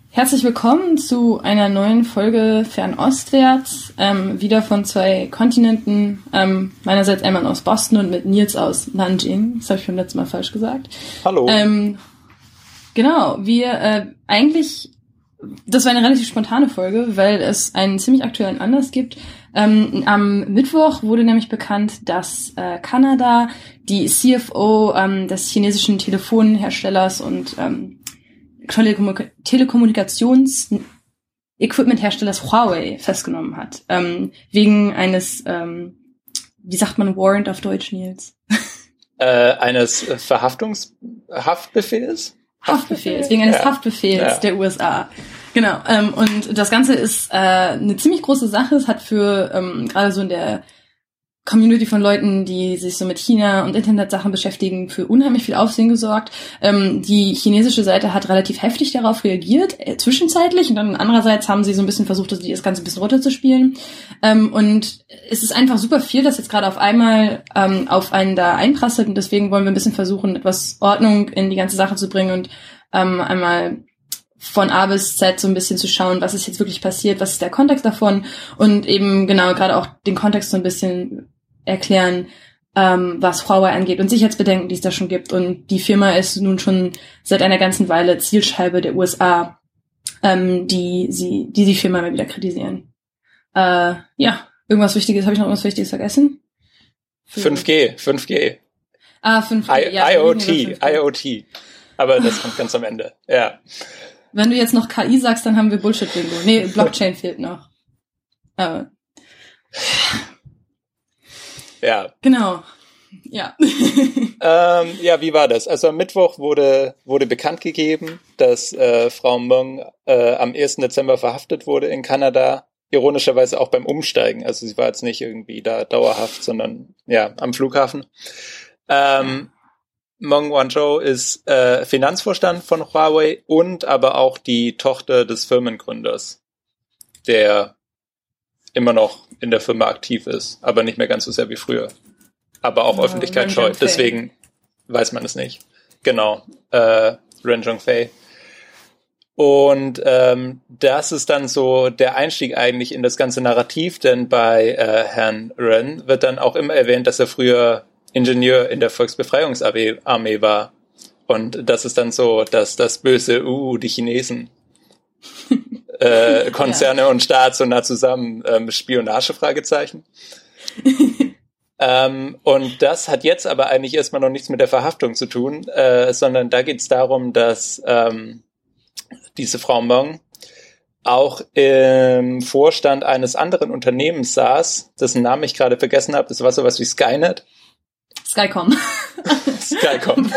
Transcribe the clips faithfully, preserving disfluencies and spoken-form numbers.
Herzlich willkommen zu einer neuen Folge Fernostwärts, ähm, wieder von zwei Kontinenten, ähm, meinerseits einmal aus Boston und mit Nils aus Nanjing, das habe ich beim letzten Mal falsch gesagt. Hallo. Ähm, genau, wir äh, eigentlich, das war eine relativ spontane Folge, weil es einen ziemlich aktuellen Anlass gibt. Ähm, am Mittwoch wurde nämlich bekannt, dass äh, Kanada die C F O ähm, des chinesischen Telefonherstellers und ähm, Telekommunik- Telekommunikations-Equipment-Herstellers Huawei festgenommen hat. Ähm, wegen eines, ähm, wie sagt man Warrant auf Deutsch, Nils? Äh, eines Verhaftungs- Haftbefehls? Haftbefehls, wegen eines ja. Haftbefehls ja. der U S A. Genau, ähm, und das Ganze ist äh, eine ziemlich große Sache. Es hat für, ähm, gerade so in der Community von Leuten, die sich so mit China und Internetsachen beschäftigen, für unheimlich viel Aufsehen gesorgt. Ähm, die chinesische Seite hat relativ heftig darauf reagiert, äh, zwischenzeitlich, und dann andererseits haben sie so ein bisschen versucht, das, das Ganze ein bisschen runterzuspielen. Ähm, und es ist einfach super viel, das jetzt gerade auf einmal ähm, auf einen da einprasselt, und deswegen wollen wir ein bisschen versuchen, etwas Ordnung in die ganze Sache zu bringen und ähm, einmal von A bis Z so ein bisschen zu schauen, was ist jetzt wirklich passiert, was ist der Kontext davon, und eben genau gerade auch den Kontext so ein bisschen erklären, ähm, was Huawei angeht und Sicherheitsbedenken, die es da schon gibt. Und die Firma ist nun schon seit einer ganzen Weile Zielscheibe der U S A, ähm, die sie, die die Firma immer wieder kritisieren. Äh, ja, irgendwas Wichtiges, habe ich noch irgendwas Wichtiges vergessen? Für fünf G, fünf G. Ah, fünf G, I- ja. IoT, IoT. Aber das kommt ganz am Ende, ja. Wenn du jetzt noch K I sagst, dann haben wir Bullshit-Bingo. Nee, Blockchain fehlt noch. Aber ja. Genau. Ja. ähm, ja, wie war das? Also am Mittwoch wurde wurde bekannt gegeben, dass äh, Frau Meng äh, am ersten Dezember verhaftet wurde in Kanada. Ironischerweise auch beim Umsteigen. Also sie war jetzt nicht irgendwie da dauerhaft, sondern ja am Flughafen. Ähm, Meng Wanzhou ist äh, Finanzvorstand von Huawei und aber auch die Tochter des Firmengründers, der immer noch in der Firma aktiv ist, aber nicht mehr ganz so sehr wie früher. Aber auch oh, Öffentlichkeit scheut, deswegen weiß man es nicht. Genau, äh, Ren Zhongfei. Und ähm, das ist dann so der Einstieg eigentlich in das ganze Narrativ, denn bei äh, Herrn Ren wird dann auch immer erwähnt, dass er früher Ingenieur in der Volksbefreiungsarmee war. Und das ist dann so, dass das böse, uh, die Chinesen, äh, Konzerne ja. und Staat so nah zusammen, ähm, Spionage, Fragezeichen. ähm, und das hat jetzt aber eigentlich erstmal noch nichts mit der Verhaftung zu tun, äh, sondern da geht es darum, dass ähm, diese Frau Meng auch im Vorstand eines anderen Unternehmens saß, dessen Namen ich gerade vergessen habe. Das war sowas wie Skynet. Skycom. Skycom.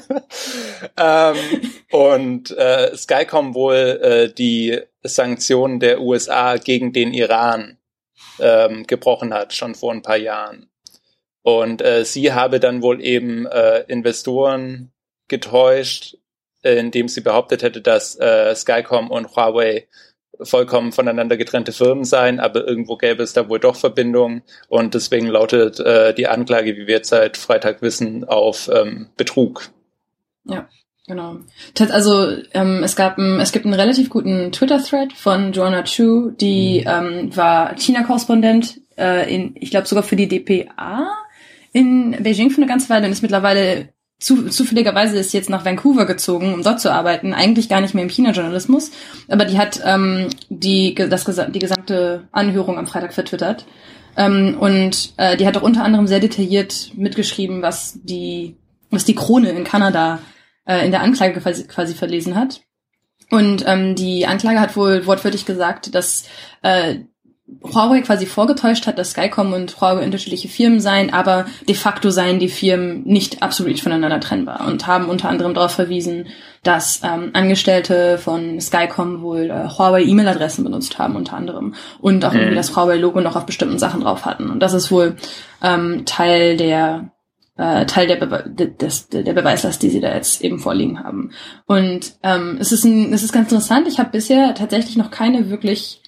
ähm, und äh, Skycom wohl äh, die Sanktionen der U S A gegen den Iran ähm, gebrochen hat, schon vor ein paar Jahren. Und äh, sie habe dann wohl eben äh, Investoren getäuscht, indem sie behauptet hätte, dass äh, Skycom und Huawei vollkommen voneinander getrennte Firmen seien, aber irgendwo gäbe es da wohl doch Verbindungen, und deswegen lautet äh, die Anklage, wie wir jetzt seit Freitag wissen, auf ähm, Betrug. Ja, genau. Also ähm, es gab ein, es gibt einen relativ guten Twitter-Thread von Joanna Chu, die ähm, war China-Korrespondent äh, in, ich glaube sogar für die D P A in Beijing für eine ganze Weile, und ist mittlerweile Zu, zufälligerweise ist sie jetzt nach Vancouver gezogen, um dort zu arbeiten, eigentlich gar nicht mehr im China-Journalismus, aber die hat ähm, die das die gesamte Anhörung am Freitag vertwittert, ähm, und äh, die hat auch unter anderem sehr detailliert mitgeschrieben, was die was die Krone in Kanada äh, in der Anklage quasi, quasi verlesen hat, und ähm, die Anklage hat wohl wortwörtlich gesagt, dass äh, Huawei quasi vorgetäuscht hat, dass Skycom und Huawei unterschiedliche Firmen seien, aber de facto seien die Firmen nicht absolut voneinander trennbar, und haben unter anderem darauf verwiesen, dass ähm, Angestellte von Skycom wohl äh, Huawei-E-Mail-Adressen benutzt haben, unter anderem, und auch mhm. irgendwie das Huawei-Logo noch auf bestimmten Sachen drauf hatten. Und das ist wohl ähm, Teil der äh, Teil der, Be- des, der Beweislast, die sie da jetzt eben vorliegen haben. Und ähm, es ist ein, es ist ganz interessant. Ich habe bisher tatsächlich noch keine wirklich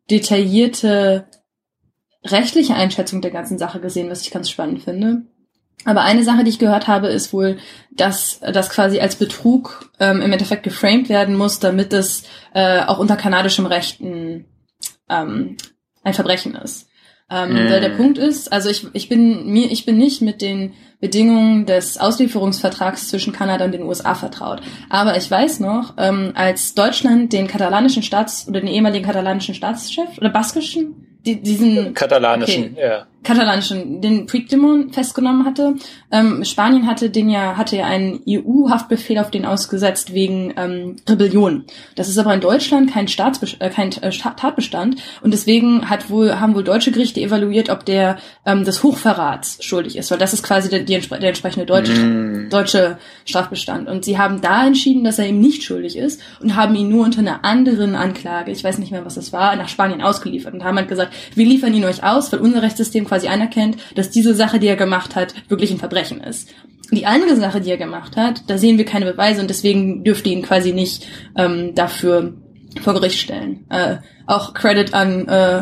detaillierte rechtliche Einschätzung der ganzen Sache gesehen, was ich ganz spannend finde. Aber eine Sache, die ich gehört habe, ist wohl, dass das quasi als Betrug ähm, im Endeffekt geframed werden muss, damit es äh, auch unter kanadischem Recht ein, ähm, ein Verbrechen ist. Ähm, mm. Weil der Punkt ist, also ich, ich bin mir, ich bin nicht mit den Bedingungen des Auslieferungsvertrags zwischen Kanada und den U S A vertraut. Aber ich weiß noch, ähm, als Deutschland den katalanischen Staats- oder den ehemaligen katalanischen Staatschef oder baskischen, die, diesen katalanischen, okay, ja. katalanischen, den Puigdemont festgenommen hatte. Ähm, Spanien hatte den ja, hatte ja einen E U-Haftbefehl auf den ausgesetzt wegen ähm, Rebellion. Das ist aber in Deutschland kein Staatsbe- äh, kein äh, Tatbestand und deswegen hat wohl, haben wohl deutsche Gerichte evaluiert, ob der ähm, des Hochverrats schuldig ist, weil das ist quasi der, die, der entsprechende deutsche, mm. deutsche Strafbestand. Und sie haben da entschieden, dass er ihm nicht schuldig ist und haben ihn nur unter einer anderen Anklage, ich weiß nicht mehr, was das war, nach Spanien ausgeliefert und haben halt gesagt, wir liefern ihn euch aus, weil unser Rechtssystem quasi anerkennt, dass diese Sache, die er gemacht hat, wirklich ein Verbrechen ist. Die andere Sache, die er gemacht hat, da sehen wir keine Beweise und deswegen dürfte ihn quasi nicht ähm, dafür vor Gericht stellen. Äh, auch Credit an äh,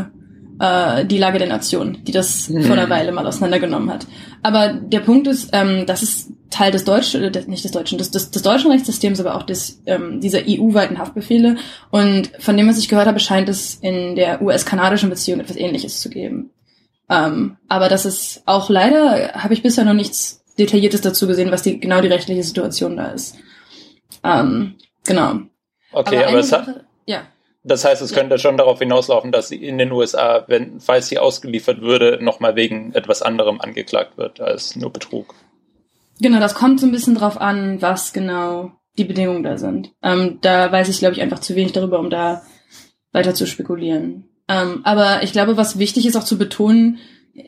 äh, die Lage der Nation, die das mhm. vor einer Weile mal auseinandergenommen hat. Aber der Punkt ist, ähm, das ist Teil des deutschen, äh, nicht des deutschen, des, des, des deutschen Rechtssystems, aber auch des ähm, dieser E U-weiten Haftbefehle. Und von dem, was ich gehört habe, scheint es in der U S-kanadischen Beziehung etwas Ähnliches zu geben. Ähm, aber das ist auch leider, habe ich bisher noch nichts Detailliertes dazu gesehen, was die genau die rechtliche Situation da ist. Ähm, genau. Okay, aber, aber es Sache, hat, ja. das heißt, es ja. könnte schon darauf hinauslaufen, dass sie in den U S A, wenn, falls sie ausgeliefert würde, nochmal wegen etwas anderem angeklagt wird als nur Betrug. Genau, das kommt so ein bisschen drauf an, was genau die Bedingungen da sind. Ähm, da weiß ich, glaube ich, einfach zu wenig darüber, um da weiter zu spekulieren. Ähm, aber ich glaube, was wichtig ist auch zu betonen,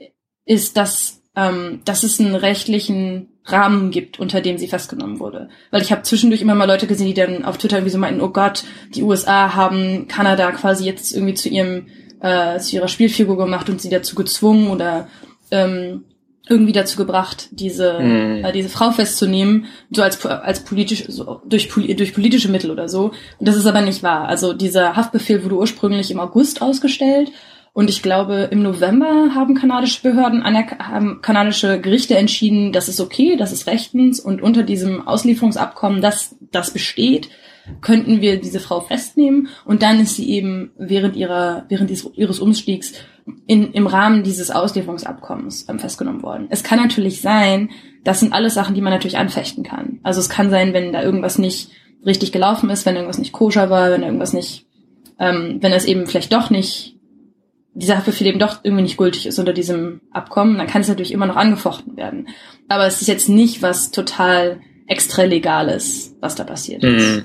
ist, dass, ähm, dass es einen rechtlichen Rahmen gibt, unter dem sie festgenommen wurde. Weil ich habe zwischendurch immer mal Leute gesehen, die dann auf Twitter irgendwie so meinten, oh Gott, die U S A haben Kanada quasi jetzt irgendwie zu ihrem äh, zu ihrer Spielfigur gemacht und sie dazu gezwungen oder ähm, irgendwie dazu gebracht, diese mm. äh, diese Frau festzunehmen, so als als politisch so durch durch politische Mittel oder so. Und das ist aber nicht wahr. Also dieser Haftbefehl wurde ursprünglich im August ausgestellt und ich glaube im November haben kanadische Behörden anerk- haben kanadische Gerichte entschieden, das ist okay, das ist rechtens und unter diesem Auslieferungsabkommen, das das besteht, könnten wir diese Frau festnehmen und dann ist sie eben während ihrer während dieses, ihres Umstiegs in, im Rahmen dieses Auslieferungsabkommens ähm, festgenommen worden. Es kann natürlich sein, das sind alles Sachen, die man natürlich anfechten kann. Also es kann sein, wenn da irgendwas nicht richtig gelaufen ist, wenn irgendwas nicht koscher war, wenn irgendwas nicht, ähm, wenn es eben vielleicht doch nicht, dieser Haftbefehl eben doch irgendwie nicht gültig ist unter diesem Abkommen, dann kann es natürlich immer noch angefochten werden. Aber es ist jetzt nicht was total extra Legales, was da passiert ist. Mhm.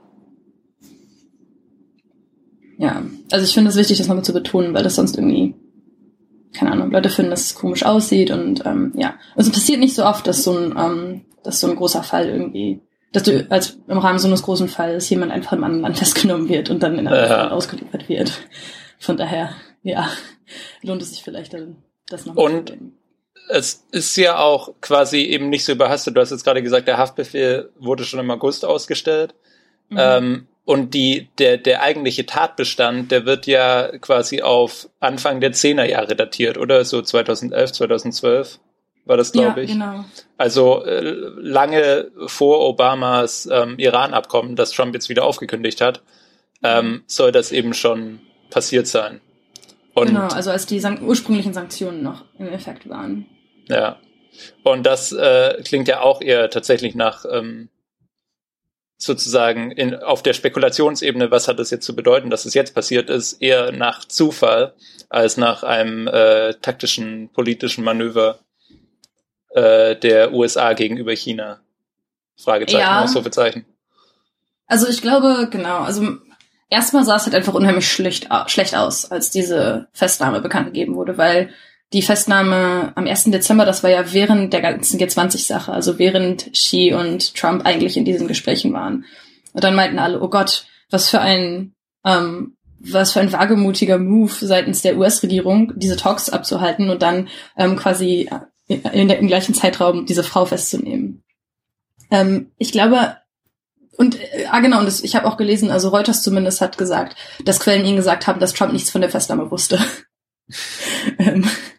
Ja, also ich finde es wichtig, das nochmal zu betonen, weil das sonst irgendwie, keine Ahnung, Leute finden, dass es komisch aussieht und ähm, ja. Also es passiert nicht so oft, dass so ein, ähm, dass so ein großer Fall irgendwie, dass du als im Rahmen so eines großen Falls jemand einfach im anderen Land festgenommen wird und dann in einem ja. Land ausgeliefert wird. Von daher, ja, lohnt es sich vielleicht dann, das nochmal zu erwähnen. Es ist ja auch quasi eben nicht so überhastet. Du hast jetzt gerade gesagt, der Haftbefehl wurde schon im August ausgestellt. Mhm. Ähm, Und die, der, der eigentliche Tatbestand, der wird ja quasi auf Anfang der Zehnerjahre datiert, oder? So zweitausendelf, zweitausendzwölf war das, glaube ich. Ja, genau. Also äh, lange vor Obamas ähm, Iran-Abkommen, das Trump jetzt wieder aufgekündigt hat, ähm, soll das eben schon passiert sein. Und, genau, also als die san- ursprünglichen Sanktionen noch im Effekt waren. Ja. Und das äh, klingt ja auch eher tatsächlich nach ähm, sozusagen in, auf der Spekulationsebene, was hat das jetzt zu bedeuten, dass es jetzt passiert ist, eher nach Zufall als nach einem äh, taktischen, politischen Manöver äh, der U S A gegenüber China. Fragezeichen, ja. Ausrufezeichen. Also ich glaube, genau, also erstmal sah es halt einfach unheimlich schlecht, schlecht aus, als diese Festnahme bekannt gegeben wurde, weil die Festnahme am ersten Dezember, das war ja während der ganzen G zwanzig-Sache, also während Xi und Trump eigentlich in diesen Gesprächen waren. Und dann meinten alle, oh Gott, was für ein, ähm, was für ein wagemutiger Move seitens der U S-Regierung, diese Talks abzuhalten und dann ähm, quasi in der, im gleichen Zeitraum diese Frau festzunehmen. Ähm, ich glaube, und äh, ah genau, und das, ich habe auch gelesen, also Reuters zumindest hat gesagt, dass Quellen ihnen gesagt haben, dass Trump nichts von der Festnahme wusste. ähm,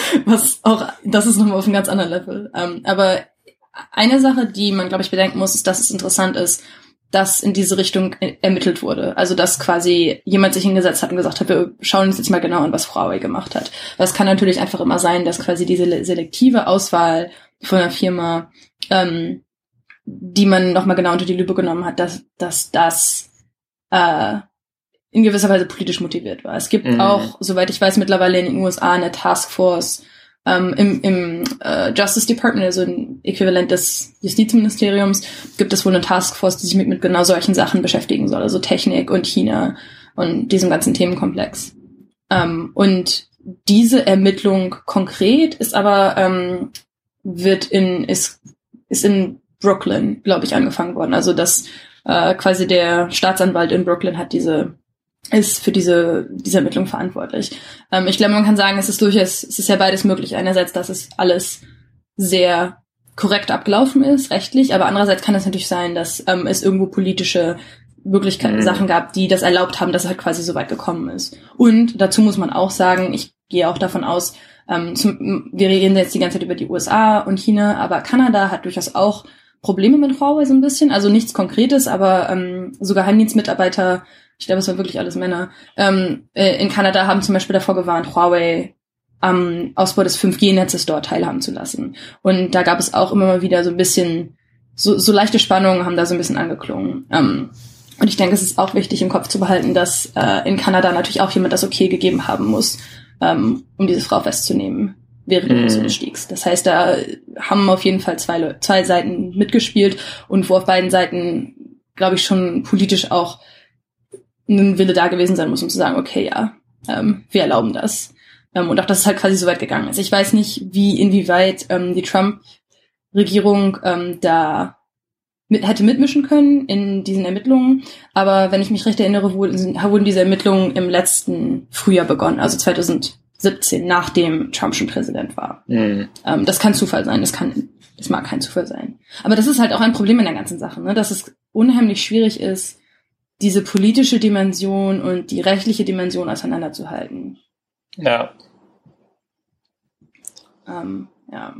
Was auch, das ist nochmal auf einem ganz anderen Level. Ähm, aber eine Sache, die man, glaube ich, bedenken muss, ist, dass es interessant ist, dass in diese Richtung ermittelt wurde. Also, dass quasi jemand sich hingesetzt hat und gesagt hat, wir schauen uns jetzt mal genau an, was Huawei gemacht hat. Weil es kann natürlich einfach immer sein, dass quasi diese selektive Auswahl von einer Firma, ähm, die man nochmal genau unter die Lupe genommen hat, dass, dass das äh, in gewisser Weise politisch motiviert war. Es gibt mhm. auch, soweit ich weiß, mittlerweile in den U S A eine Taskforce ähm, im, im äh, Justice Department, also ein Äquivalent des Justizministeriums, gibt es wohl eine Taskforce, die sich mit, mit genau solchen Sachen beschäftigen soll, also Technik und China und diesem ganzen Themenkomplex. Ähm, und diese Ermittlung konkret ist aber ähm, wird in ist ist in Brooklyn, glaube ich, angefangen worden. Also dass äh, quasi der Staatsanwalt in Brooklyn hat diese ist für diese diese Ermittlung verantwortlich. Ähm, ich glaube, man kann sagen, es ist durchaus, es ist ja beides möglich. Einerseits, dass es alles sehr korrekt abgelaufen ist, rechtlich, aber andererseits kann es natürlich sein, dass ähm, es irgendwo politische Möglichkeiten, mhm. Sachen gab, die das erlaubt haben, dass es halt quasi so weit gekommen ist. Und dazu muss man auch sagen, ich gehe auch davon aus, ähm, zum, wir reden jetzt die ganze Zeit über die U S A und China, aber Kanada hat durchaus auch Probleme mit Huawei so ein bisschen, also nichts Konkretes, aber ähm, so Geheimdienstmitarbeiter, ich glaube, es waren wirklich alles Männer, ähm, äh, in Kanada haben zum Beispiel davor gewarnt, Huawei am Ausbau des fünf G Netzes dort teilhaben zu lassen. Und da gab es auch immer mal wieder so ein bisschen, so, so leichte Spannungen haben da so ein bisschen angeklungen. Ähm, und ich denke, es ist auch wichtig im Kopf zu behalten, dass äh, in Kanada natürlich auch jemand das Okay gegeben haben muss, ähm, um diese Frau festzunehmen während des mm. Umstiegs. Das heißt, da haben auf jeden Fall zwei, Le- zwei Seiten mitgespielt und wo auf beiden Seiten, glaube ich, schon politisch auch ein Wille da gewesen sein muss, um zu sagen, okay, ja, ähm, wir erlauben das. Ähm, und auch, dass es halt quasi so weit gegangen ist. Ich weiß nicht, wie, inwieweit ähm, die Trump-Regierung ähm, da mit, hätte mitmischen können in diesen Ermittlungen, aber wenn ich mich recht erinnere, wurden, wurden diese Ermittlungen im letzten Frühjahr begonnen, also zwanzig siebzehn, nachdem Trump schon Präsident war. Mhm. Ähm, das kann Zufall sein, das kann, das mag kein Zufall sein. Aber das ist halt auch ein Problem in der ganzen Sache, ne? Dass es unheimlich schwierig ist, diese politische Dimension und die rechtliche Dimension auseinanderzuhalten. Ja. Ähm, ja.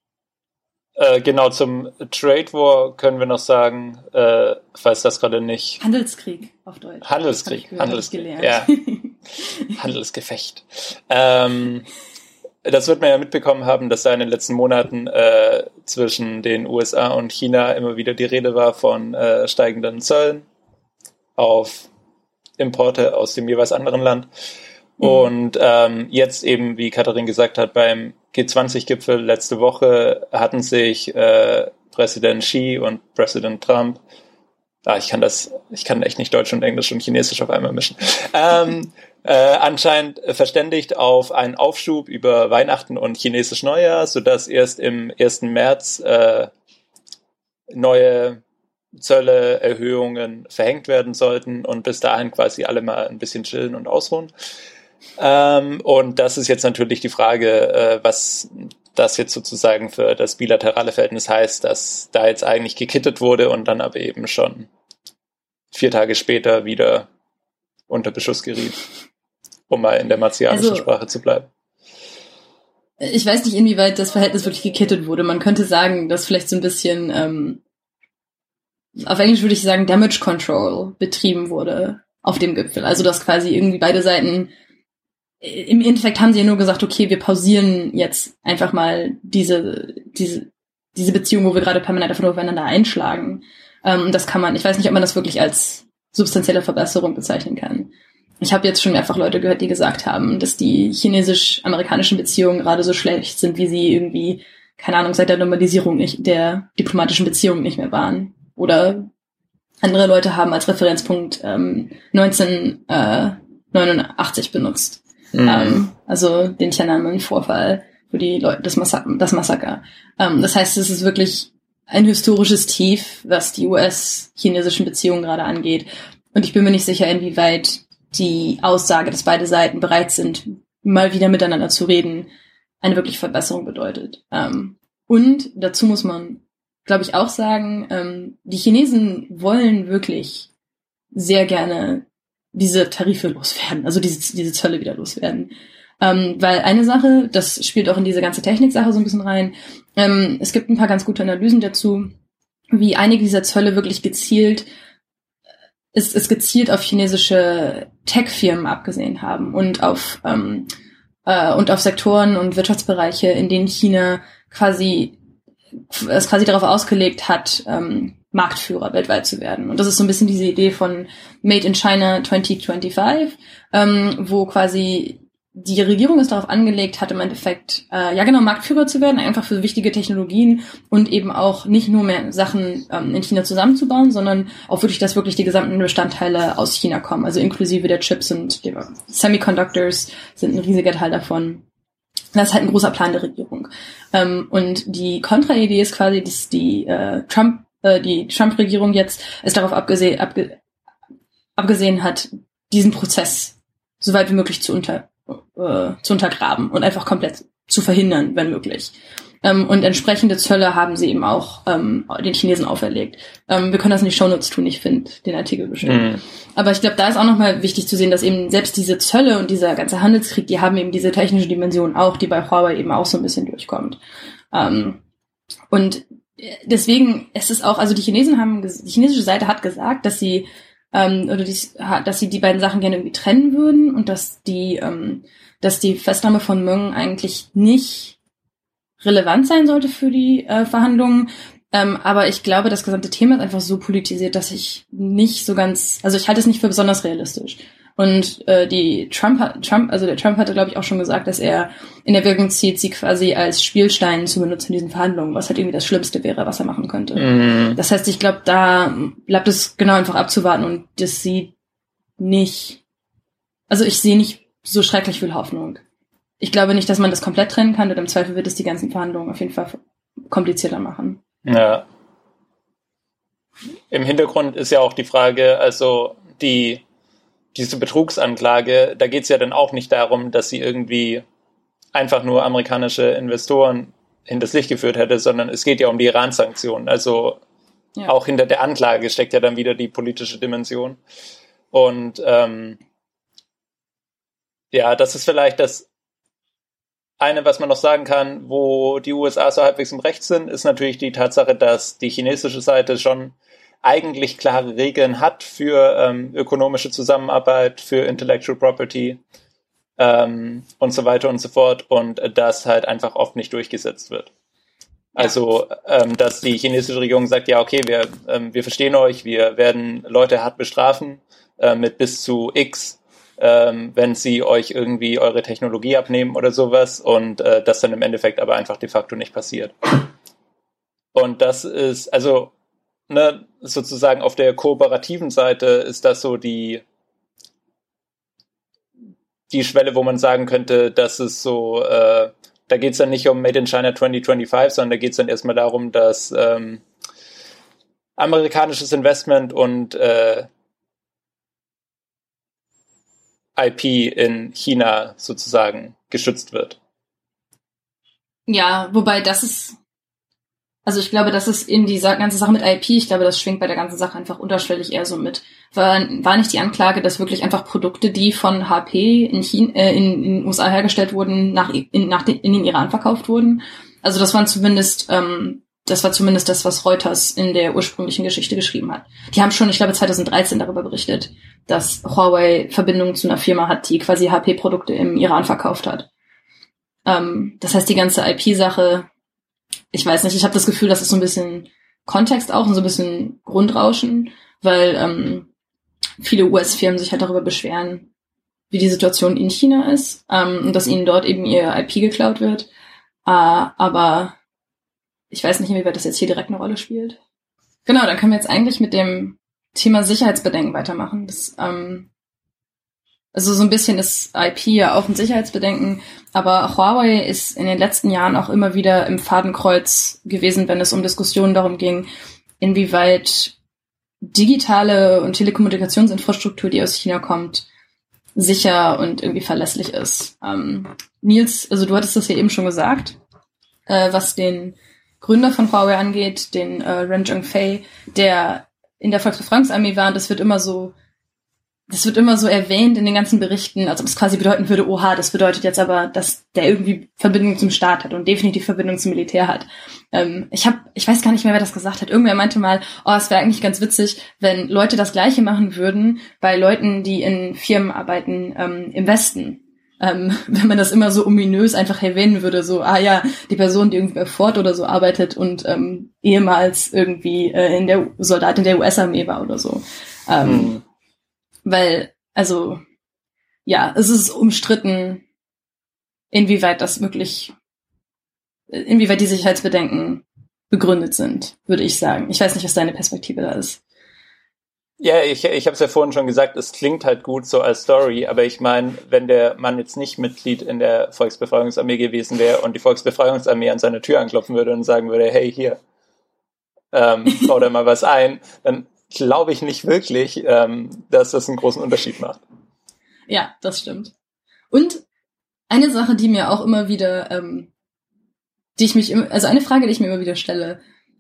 Äh, genau, zum Trade War können wir noch sagen, äh, falls das gerade nicht... Handelskrieg auf Deutsch. Handelskrieg, gehört, Handelskrieg, ja. Handelsgefecht. Ähm, das wird man ja mitbekommen haben, dass da in den letzten Monaten äh, zwischen den U S A und China immer wieder die Rede war von äh, steigenden Zöllen auf Importe aus dem jeweils anderen Land. Mhm. Und ähm, jetzt eben, wie Katharin gesagt hat, beim G zwanzig Gipfel letzte Woche hatten sich äh, Präsident Xi und Präsident Trump, ah, ich kann das, ich kann echt nicht Deutsch und Englisch und Chinesisch auf einmal mischen, ähm, äh, anscheinend verständigt auf einen Aufschub über Weihnachten und chinesisch Neujahr, sodass erst im ersten März äh, neue Zölle, Erhöhungen verhängt werden sollten und bis dahin quasi alle mal ein bisschen chillen und ausruhen. Ähm, und das ist jetzt natürlich die Frage, äh, was das jetzt sozusagen für das bilaterale Verhältnis heißt, dass da jetzt eigentlich gekittet wurde und dann aber eben schon vier Tage später wieder unter Beschuss geriet, um mal in der martialischen also, Sprache zu bleiben. Ich weiß nicht, inwieweit das Verhältnis wirklich gekittet wurde. Man könnte sagen, dass vielleicht so ein bisschen, ähm, auf Englisch würde ich sagen, Damage Control betrieben wurde auf dem Gipfel. Also dass quasi irgendwie beide Seiten, im Endeffekt haben sie ja nur gesagt, okay, wir pausieren jetzt einfach mal diese diese diese Beziehung, wo wir gerade permanent aufeinander einschlagen. Ähm, das kann man, ich weiß nicht, ob man das wirklich als substanzielle Verbesserung bezeichnen kann. Ich habe jetzt schon mehrfach Leute gehört, die gesagt haben, dass die chinesisch-amerikanischen Beziehungen gerade so schlecht sind, wie sie irgendwie, keine Ahnung, seit der Normalisierung nicht, der diplomatischen Beziehungen nicht mehr waren. Oder andere Leute haben als Referenzpunkt ähm, neunzehnhundertneunundachtzig benutzt. Mhm. Ähm, also den Tiananmen-Vorfall für die Leute, das Massaker. Das, Massaker. Ähm, das heißt, es ist wirklich ein historisches Tief, was die U S-chinesischen Beziehungen gerade angeht. Und ich bin mir nicht sicher, inwieweit die Aussage, dass beide Seiten bereit sind, mal wieder miteinander zu reden, eine wirkliche Verbesserung bedeutet. Ähm, und dazu muss man, glaube ich, auch sagen, ähm, die Chinesen wollen wirklich sehr gerne diese Tarife loswerden, also diese, diese Zölle wieder loswerden. Ähm, weil eine Sache, das spielt auch in diese ganze Technik-Sache so ein bisschen rein, ähm, es gibt ein paar ganz gute Analysen dazu, wie einige dieser Zölle wirklich gezielt, ist, ist gezielt auf chinesische Tech-Firmen abgesehen haben und auf, ähm, äh, und auf Sektoren und Wirtschaftsbereiche, in denen China quasi, es quasi darauf ausgelegt hat, ähm, Marktführer weltweit zu werden. Und das ist so ein bisschen diese Idee von Made in China zwanzig fünfundzwanzig, ähm, wo quasi die Regierung es darauf angelegt hat, im Endeffekt, äh, ja genau, Marktführer zu werden, einfach für wichtige Technologien und eben auch nicht nur mehr Sachen ähm, in China zusammenzubauen, sondern auch wirklich, dass wirklich die gesamten Bestandteile aus China kommen, also inklusive der Chips und der Semiconductors sind ein riesiger Teil davon. Das ist halt ein großer Plan der Regierung. Ähm, und die Kontraidee ist quasi, dass die äh, Trump, äh, die Trump-Regierung jetzt es darauf abgesehen, abge, abgesehen hat, diesen Prozess so weit wie möglich zu unter äh, zu untergraben und einfach komplett zu verhindern, wenn möglich. Ähm, und entsprechende Zölle haben sie eben auch ähm, den Chinesen auferlegt. Ähm, wir können das in die Shownotes tun, ich finde den Artikel bestimmt. Mhm. Aber ich glaube, da ist auch nochmal wichtig zu sehen, dass eben selbst diese Zölle und dieser ganze Handelskrieg, die haben eben diese technische Dimension auch, die bei Huawei eben auch so ein bisschen durchkommt. Ähm, und deswegen ist es auch, also die Chinesen haben, die chinesische Seite hat gesagt, dass sie ähm, oder die, dass sie die beiden Sachen gerne irgendwie trennen würden und dass die, ähm, dass die Festnahme von Meng eigentlich nicht relevant sein sollte für die äh, Verhandlungen. Ähm, aber ich glaube, das gesamte Thema ist einfach so politisiert, dass ich nicht so ganz, also ich halte es nicht für besonders realistisch. Und äh, die Trump, Trump, also der Trump hatte, glaube ich, auch schon gesagt, dass er in Erwägung zieht, sie quasi als Spielstein zu benutzen in diesen Verhandlungen, was halt irgendwie das Schlimmste wäre, was er machen könnte. Mhm. Das heißt, ich glaube, da bleibt es genau einfach abzuwarten und das sieht nicht, also ich sehe nicht so schrecklich viel Hoffnung. Ich glaube nicht, dass man das komplett trennen kann und im Zweifel wird es die ganzen Verhandlungen auf jeden Fall komplizierter machen. Ja. Im Hintergrund ist ja auch die Frage, also die diese Betrugsanklage, da geht es ja dann auch nicht darum, dass sie irgendwie einfach nur amerikanische Investoren hinters Licht geführt hätte, sondern es geht ja um die Iran-Sanktionen. Also ja. Auch hinter der Anklage steckt ja dann wieder die politische Dimension. Und ähm, ja, das ist vielleicht das eine, was man noch sagen kann, wo die U S A so halbwegs im Recht sind, ist natürlich die Tatsache, dass die chinesische Seite schon eigentlich klare Regeln hat für ähm, ökonomische Zusammenarbeit, für Intellectual Property ähm, und so weiter und so fort und das halt einfach oft nicht durchgesetzt wird. Also, ähm, dass die chinesische Regierung sagt, ja, okay, wir, ähm, wir verstehen euch, wir werden Leute hart bestrafen äh, mit bis zu X, ähm, wenn sie euch irgendwie eure Technologie abnehmen oder sowas und äh, das dann im Endeffekt aber einfach de facto nicht passiert. Und das ist, also Ne, sozusagen auf der kooperativen Seite ist das so die die Schwelle, wo man sagen könnte, dass es so, äh, da geht es dann nicht um Made in China zwanzig fünfundzwanzig, sondern da geht es dann erstmal darum, dass ähm, amerikanisches Investment und äh, I P in China sozusagen geschützt wird. Ja, wobei das ist Also ich glaube, das ist in die ganze Sache mit I P, ich glaube, das schwingt bei der ganzen Sache einfach unterschwellig eher so mit. War, war nicht die Anklage, dass wirklich einfach Produkte, die von H P in China, äh, in, in den U S A hergestellt wurden, nach, in, nach den, in den Iran verkauft wurden? Also das waren zumindest, ähm, das war zumindest das, was Reuters in der ursprünglichen Geschichte geschrieben hat. Die haben schon, ich glaube, zwanzig dreizehn darüber berichtet, dass Huawei Verbindungen zu einer Firma hat, die quasi H P-Produkte im Iran verkauft hat. Ähm, das heißt, die ganze I P-Sache, ich weiß nicht, ich habe das Gefühl, das ist so ein bisschen Kontext auch und so ein bisschen Grundrauschen, weil ähm, viele U S-Firmen sich halt darüber beschweren, wie die Situation in China ist ähm, und dass ihnen dort eben ihr I P geklaut wird. Äh, aber ich weiß nicht, inwieweit das jetzt hier direkt eine Rolle spielt. Genau, dann können wir jetzt eigentlich mit dem Thema Sicherheitsbedenken weitermachen. Das, ähm, also so ein bisschen ist I P ja auch ein Sicherheitsbedenken, aber Huawei ist in den letzten Jahren auch immer wieder im Fadenkreuz gewesen, wenn es um Diskussionen darum ging, inwieweit digitale und Telekommunikationsinfrastruktur, die aus China kommt, sicher und irgendwie verlässlich ist. Ähm, Nils, also du hattest das ja eben schon gesagt, äh, was den Gründer von Huawei angeht, den äh, Ren Zhengfei, der in der Volksbefreiungsarmee war, und das wird immer so das wird immer so erwähnt in den ganzen Berichten, als ob es quasi bedeuten würde, oha, das bedeutet jetzt aber, dass der irgendwie Verbindung zum Staat hat und definitiv Verbindung zum Militär hat. Ähm, ich habe, ich weiß gar nicht mehr, wer das gesagt hat. Irgendwer meinte mal, oh, es wäre eigentlich ganz witzig, wenn Leute das Gleiche machen würden bei Leuten, die in Firmen arbeiten ähm, im Westen. Ähm, wenn man das immer so ominös einfach erwähnen würde, so, ah ja, die Person, die irgendwie bei Ford oder so arbeitet und ähm, ehemals irgendwie äh, in der Soldat in der U S-Armee war oder so. Ähm, mhm. Weil, also, ja, es ist umstritten, inwieweit das wirklich, inwieweit die Sicherheitsbedenken begründet sind, würde ich sagen. Ich weiß nicht, was deine Perspektive da ist. Ja, ich, ich habe es ja vorhin schon gesagt, es klingt halt gut so als Story, aber ich meine, wenn der Mann jetzt nicht Mitglied in der Volksbefreiungsarmee gewesen wäre und die Volksbefreiungsarmee an seine Tür anklopfen würde und sagen würde, hey, hier, ähm, bau da mal was ein, dann glaube ich nicht wirklich, ähm, dass das einen großen Unterschied macht. Ja, das stimmt. Und eine Sache, die mir auch immer wieder, ähm, die ich mich, immer, also eine Frage, die ich mir immer wieder stelle,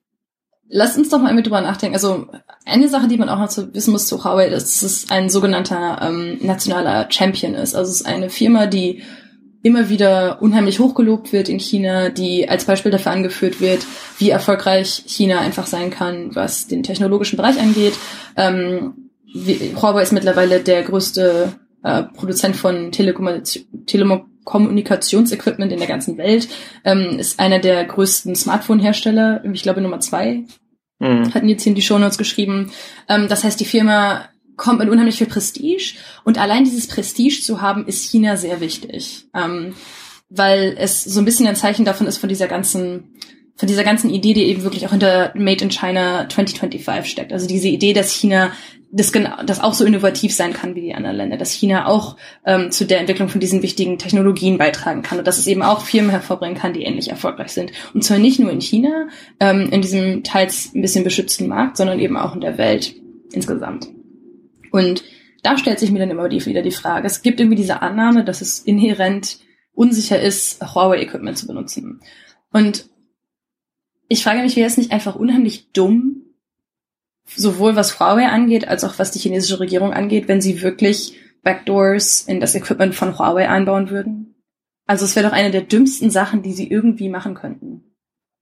lasst uns doch mal mit drüber nachdenken. Also eine Sache, die man auch noch zu wissen muss zu Huawei, ist, dass es ein sogenannter ähm, nationaler Champion ist. Also es ist eine Firma, die immer wieder unheimlich hochgelobt wird in China, die als Beispiel dafür angeführt wird, wie erfolgreich China einfach sein kann, was den technologischen Bereich angeht. Ähm, wie, Huawei ist mittlerweile der größte äh, Produzent von Telekommunikation, Telekommunikationsequipment in der ganzen Welt, ähm, ist einer der größten Smartphone-Hersteller, ich glaube Nummer zwei, mhm. hatten jetzt hier in die Shownotes geschrieben. Ähm, das heißt, die Firma kommt mit unheimlich viel Prestige und allein dieses Prestige zu haben, ist China sehr wichtig, ähm, weil es so ein bisschen ein Zeichen davon ist von dieser ganzen von dieser ganzen Idee, die eben wirklich auch hinter Made in China zwanzig fünfundzwanzig steckt. Also diese Idee, dass China das, genau, das auch so innovativ sein kann wie die anderen Länder, dass China auch ähm, zu der Entwicklung von diesen wichtigen Technologien beitragen kann und dass es eben auch Firmen hervorbringen kann, die ähnlich erfolgreich sind. Und zwar nicht nur in China, ähm, in diesem teils ein bisschen beschützten Markt, sondern eben auch in der Welt insgesamt. Und da stellt sich mir dann immer wieder die Frage, es gibt irgendwie diese Annahme, dass es inhärent unsicher ist, Huawei-Equipment zu benutzen. Und ich frage mich, wäre es nicht einfach unheimlich dumm, sowohl was Huawei angeht, als auch was die chinesische Regierung angeht, wenn sie wirklich Backdoors in das Equipment von Huawei einbauen würden? Also es wäre doch eine der dümmsten Sachen, die sie irgendwie machen könnten.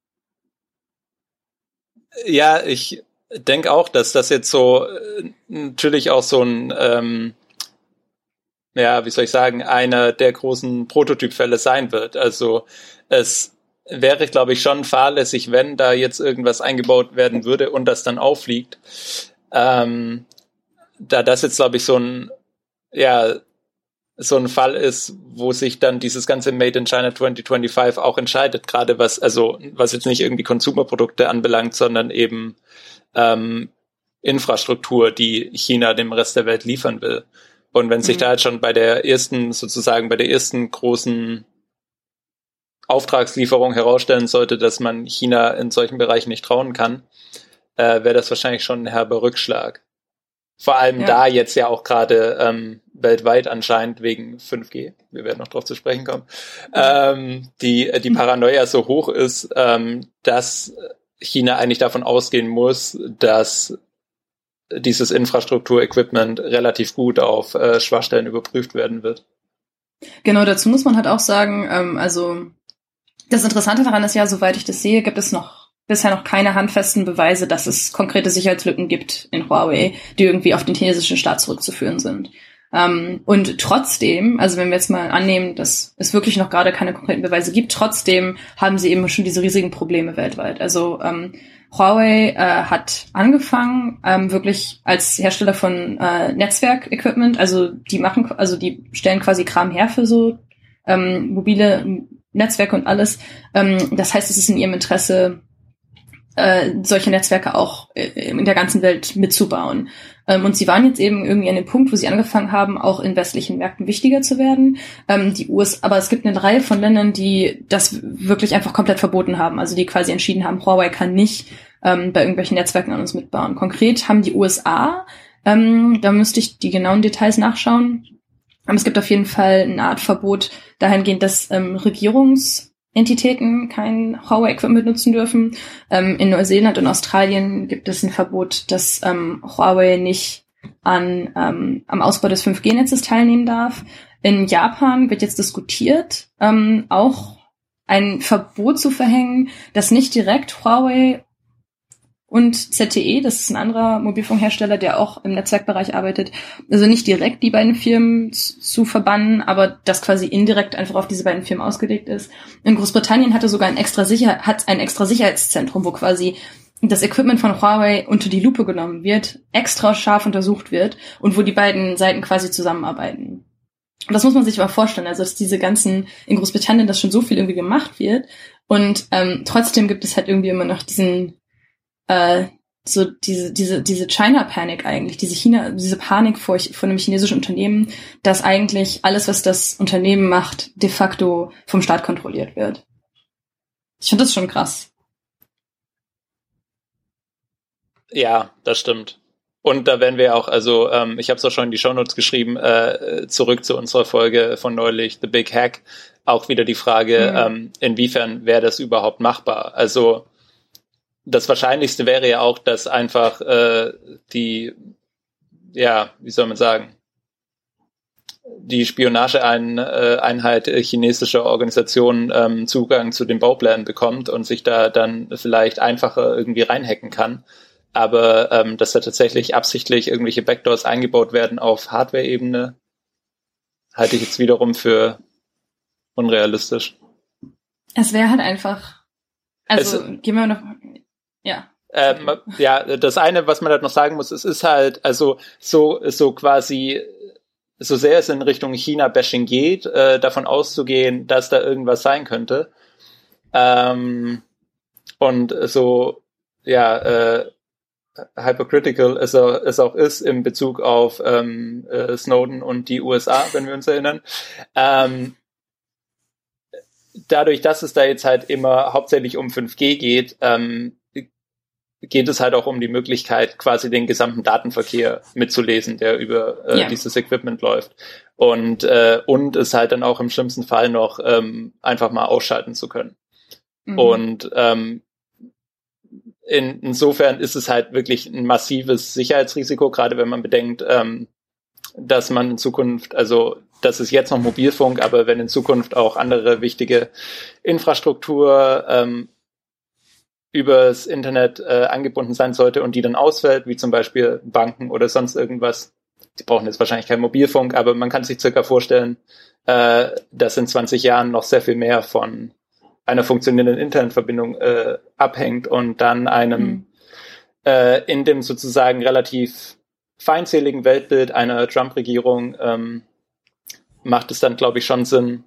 Ja, ich denke auch, dass das jetzt so äh, natürlich auch so ein, ähm, ja, wie soll ich sagen, einer der großen Prototypfälle sein wird. Also es wäre, glaube ich, schon fahrlässig, wenn da jetzt irgendwas eingebaut werden würde und das dann auffliegt. Ähm, da das jetzt, glaube ich, so ein, ja, so ein Fall ist, wo sich dann dieses ganze Made in China zwanzig fünfundzwanzig auch entscheidet, gerade was, also, was jetzt nicht irgendwie Consumer-Produkte anbelangt, sondern eben, ähm, Infrastruktur, die China dem Rest der Welt liefern will. Und wenn sich mhm. da jetzt schon bei der ersten, sozusagen bei der ersten großen Auftragslieferung herausstellen sollte, dass man China in solchen Bereichen nicht trauen kann, äh, wäre das wahrscheinlich schon ein herber Rückschlag. Vor allem ja. da jetzt ja auch gerade ähm, weltweit anscheinend wegen fünf G, wir werden noch drauf zu sprechen kommen, mhm. ähm, die die Paranoia so hoch ist, ähm, dass China eigentlich davon ausgehen muss, dass dieses Infrastruktur-Equipment relativ gut auf äh, Schwachstellen überprüft werden wird. Genau, dazu muss man halt auch sagen, ähm, also das Interessante daran ist ja, soweit ich das sehe, gibt es noch bisher noch keine handfesten Beweise, dass es konkrete Sicherheitslücken gibt in Huawei, die irgendwie auf den chinesischen Staat zurückzuführen sind. Ähm, und trotzdem, also wenn wir jetzt mal annehmen, dass es wirklich noch gerade keine konkreten Beweise gibt, trotzdem haben sie eben schon diese riesigen Probleme weltweit. Also ähm, Huawei äh, hat angefangen, ähm, wirklich als Hersteller von äh, Netzwerkequipment, also die machen, also die stellen quasi Kram her für so ähm, mobile Netzwerke und alles. Ähm, das heißt, es ist in ihrem Interesse, äh, solche Netzwerke auch in der ganzen Welt mitzubauen. Ähm, und sie waren jetzt eben irgendwie an dem Punkt, wo sie angefangen haben, auch in westlichen Märkten wichtiger zu werden. Ähm, die U S, aber es gibt eine Reihe von Ländern, die das wirklich einfach komplett verboten haben. Also die quasi entschieden haben, Huawei kann nicht ähm, bei irgendwelchen Netzwerken an uns mitbauen. Konkret haben die U S A, ähm, da müsste ich die genauen Details nachschauen, aber es gibt auf jeden Fall eine Art Verbot dahingehend, dass ähm, Regierungsentitäten kein Huawei-Equipment nutzen dürfen. Ähm, in Neuseeland und Australien gibt es ein Verbot, dass ähm, Huawei nicht an ähm, am Ausbau des fünf G Netzes teilnehmen darf. In Japan wird jetzt diskutiert, ähm, auch ein Verbot zu verhängen, dass nicht direkt Huawei und Z T E, das ist ein anderer Mobilfunkhersteller, der auch im Netzwerkbereich arbeitet, also nicht direkt die beiden Firmen zu verbannen, aber das quasi indirekt einfach auf diese beiden Firmen ausgelegt ist. In Großbritannien hatte sogar ein extra Sicher- hat ein extra Sicherheitszentrum, wo quasi das Equipment von Huawei unter die Lupe genommen wird, extra scharf untersucht wird und wo die beiden Seiten quasi zusammenarbeiten. Und das muss man sich mal vorstellen, also dass diese ganzen, in Großbritannien, dass schon so viel irgendwie gemacht wird und ähm, trotzdem gibt es halt irgendwie immer noch diesen, äh, so diese, diese, diese China-Panic eigentlich, diese China, diese Panik vor, vor einem chinesischen Unternehmen, dass eigentlich alles, was das Unternehmen macht, de facto vom Staat kontrolliert wird. Ich finde das schon krass. Ja, das stimmt. Und da werden wir auch, also ähm, ich habe es auch schon in die Shownotes geschrieben, äh, zurück zu unserer Folge von neulich, The Big Hack, auch wieder die Frage, mhm. ähm, inwiefern wäre das überhaupt machbar? Also das Wahrscheinlichste wäre ja auch, dass einfach äh, die, ja, wie soll man sagen, die Spionageeinheit chinesischer Organisationen ähm, Zugang zu den Bauplänen bekommt und sich da dann vielleicht einfacher irgendwie reinhacken kann. Aber ähm, dass da tatsächlich absichtlich irgendwelche Backdoors eingebaut werden auf Hardware-Ebene, halte ich jetzt wiederum für unrealistisch. Es wäre halt einfach, also es, gehen wir noch, ja. Ähm, ja, das eine, was man halt noch sagen muss, es ist halt, also so so quasi, so sehr es in Richtung China-Bashing geht, äh, davon auszugehen, dass da irgendwas sein könnte. Ähm, und so, ja, äh, hypercritical es auch, es auch ist in Bezug auf ähm, äh, Snowden und die U S A, wenn wir uns erinnern. Ähm, dadurch, dass es da jetzt halt immer hauptsächlich um fünf G geht, ähm, geht es halt auch um die Möglichkeit, quasi den gesamten Datenverkehr mitzulesen, der über äh, ja. dieses Equipment läuft. Und äh, und es halt dann auch im schlimmsten Fall noch ähm, einfach mal ausschalten zu können. Mhm. Und ähm, In, insofern ist es halt wirklich ein massives Sicherheitsrisiko, gerade wenn man bedenkt, ähm, dass man in Zukunft, also das ist jetzt noch Mobilfunk, aber wenn in Zukunft auch andere wichtige Infrastruktur ähm, übers Internet äh, angebunden sein sollte und die dann ausfällt, wie zum Beispiel Banken oder sonst irgendwas, die brauchen jetzt wahrscheinlich keinen Mobilfunk, aber man kann sich circa vorstellen, äh, dass in zwanzig Jahren noch sehr viel mehr von einer funktionierenden Internetverbindung äh, abhängt und dann einem mhm. äh, in dem sozusagen relativ feindseligen Weltbild einer Trump-Regierung ähm, macht es dann, glaube ich, schon Sinn,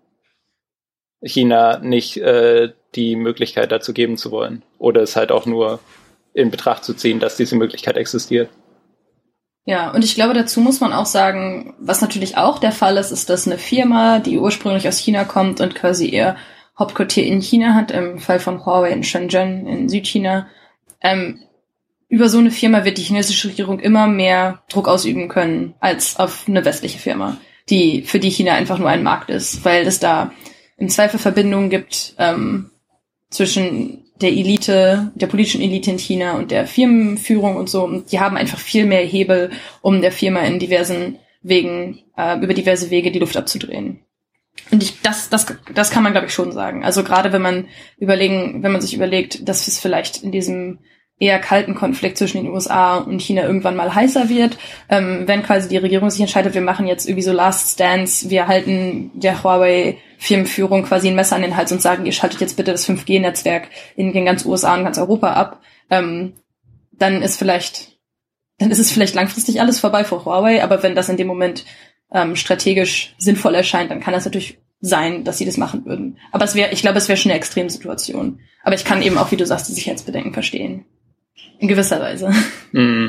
China nicht äh, die Möglichkeit dazu geben zu wollen oder es halt auch nur in Betracht zu ziehen, dass diese Möglichkeit existiert. Ja, und ich glaube, dazu muss man auch sagen, was natürlich auch der Fall ist, ist, dass eine Firma, die ursprünglich aus China kommt und quasi ihr Hauptquartier in China hat, im Fall von Huawei in Shenzhen in Südchina, ähm, über so eine Firma wird die chinesische Regierung immer mehr Druck ausüben können als auf eine westliche Firma, die für die China einfach nur ein Markt ist, weil es da im Zweifel Verbindungen gibt ähm, zwischen der Elite, der politischen Elite in China und der Firmenführung und so. Und die haben einfach viel mehr Hebel, um der Firma in diversen Wegen, äh, über diverse Wege die Luft abzudrehen. Und ich, das, das, das kann man, glaube ich, schon sagen. Also gerade wenn man überlegen, wenn man sich überlegt, dass es vielleicht in diesem eher kalten Konflikt zwischen den U S A und China irgendwann mal heißer wird, ähm, wenn quasi die Regierung sich entscheidet, wir machen jetzt irgendwie so Last Stands, wir halten der Huawei-Firmenführung quasi ein Messer an den Hals und sagen, ihr schaltet jetzt bitte das fünf G Netzwerk in, in ganz U S A und ganz Europa ab, ähm, dann ist vielleicht, dann ist es vielleicht langfristig alles vorbei für Huawei, aber wenn das in dem Moment ähm, strategisch sinnvoll erscheint, dann kann das natürlich sein, dass sie das machen würden. Aber es wäre, ich glaube, es wäre schon eine Extremsituation. Aber ich kann eben auch, wie du sagst, die Sicherheitsbedenken verstehen. In gewisser Weise. Mhm.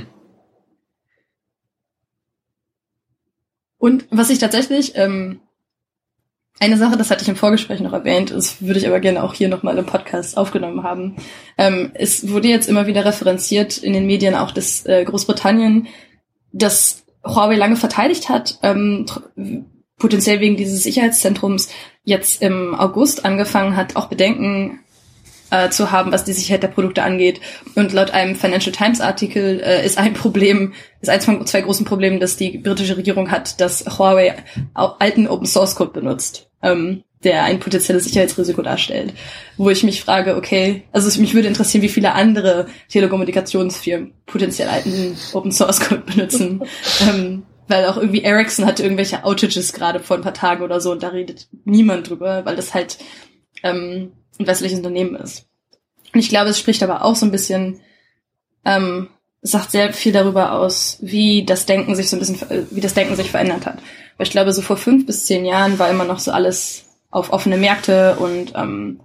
Und was ich tatsächlich, ähm, eine Sache, das hatte ich im Vorgespräch noch erwähnt, das würde ich aber gerne auch hier nochmal im Podcast aufgenommen haben. Ähm, es wurde jetzt immer wieder referenziert in den Medien auch, dass äh, Großbritannien das Huawei lange verteidigt hat, ähm, tr- potenziell wegen dieses Sicherheitszentrums jetzt im August angefangen hat, auch Bedenken äh, zu haben, was die Sicherheit der Produkte angeht. Und laut einem Financial Times Artikel äh, ist ein Problem, ist eins von zwei großen Problemen, dass die britische Regierung hat, dass Huawei auch alten Open Source Code benutzt, ähm, der ein potenzielles Sicherheitsrisiko darstellt. Wo ich mich frage, okay, also mich würde interessieren, wie viele andere Telekommunikationsfirmen potenziell alten Open Source Code benutzen. ähm, weil auch irgendwie Ericsson hatte irgendwelche Outages gerade vor ein paar Tagen oder so und da redet niemand drüber, weil das halt ähm, ein westliches Unternehmen ist. Und ich glaube, es spricht aber auch so ein bisschen, ähm, es sagt sehr viel darüber aus, wie das Denken sich so ein bisschen, wie das Denken sich verändert hat. Weil ich glaube, so vor fünf bis zehn Jahren war immer noch so alles auf offene Märkte und ähm,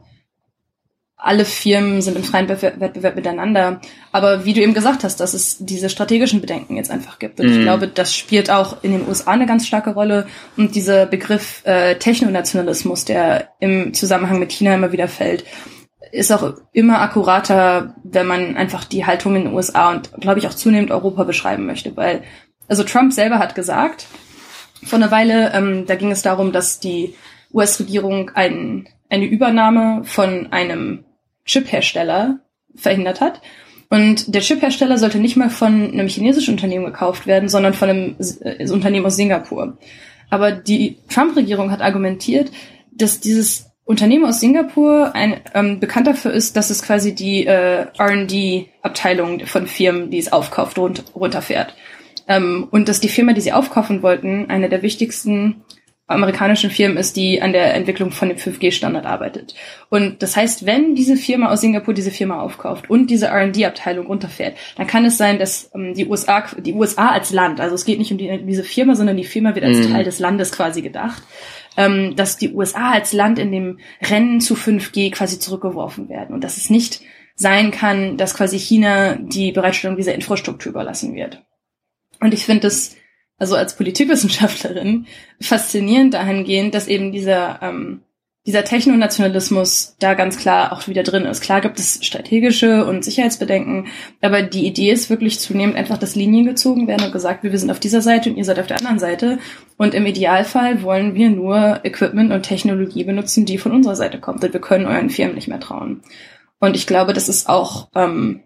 alle Firmen sind im freien Wettbewerb miteinander. Aber wie du eben gesagt hast, dass es diese strategischen Bedenken jetzt einfach gibt. Und mm. ich glaube, das spielt auch in den U S A eine ganz starke Rolle. Und dieser Begriff äh, Technonationalismus, der im Zusammenhang mit China immer wieder fällt, ist auch immer akkurater, wenn man einfach die Haltung in den U S A und, glaube ich, auch zunehmend Europa beschreiben möchte. Weil, also Trump selber hat gesagt, vor einer Weile, ähm, da ging es darum, dass die U S-Regierung ein, eine Übernahme von einem Chiphersteller verhindert hat. Und der Chiphersteller sollte nicht mal von einem chinesischen Unternehmen gekauft werden, sondern von einem äh, Unternehmen aus Singapur. Aber die Trump-Regierung hat argumentiert, dass dieses Unternehmen aus Singapur ein, ähm, bekannt dafür ist, dass es quasi die äh, R and D-Abteilung von Firmen, die es aufkauft, rund, runterfährt. Ähm, und dass die Firma, die sie aufkaufen wollten, eine der wichtigsten amerikanischen Firmen ist, die an der Entwicklung von dem fünf G Standard arbeitet. Und das heißt, wenn diese Firma aus Singapur diese Firma aufkauft und diese R and D-Abteilung runterfährt, dann kann es sein, dass ähm, die U S A, die U S A als Land, also es geht nicht um die, diese Firma, sondern die Firma wird als mhm. Teil des Landes quasi gedacht, ähm, dass die U S A als Land in dem Rennen zu fünf G quasi zurückgeworfen werden und dass es nicht sein kann, dass quasi China die Bereitstellung dieser Infrastruktur überlassen wird. Und ich finde das also als Politikwissenschaftlerin faszinierend dahingehend, dass eben dieser ähm, dieser Technonationalismus da ganz klar auch wieder drin ist. Klar gibt es strategische und Sicherheitsbedenken, aber die Idee ist wirklich zunehmend einfach, dass Linien gezogen werden und gesagt, wir sind auf dieser Seite und ihr seid auf der anderen Seite. Und im Idealfall wollen wir nur Equipment und Technologie benutzen, die von unserer Seite kommt. Und wir können euren Firmen nicht mehr trauen. Und ich glaube, das ist auch, ähm,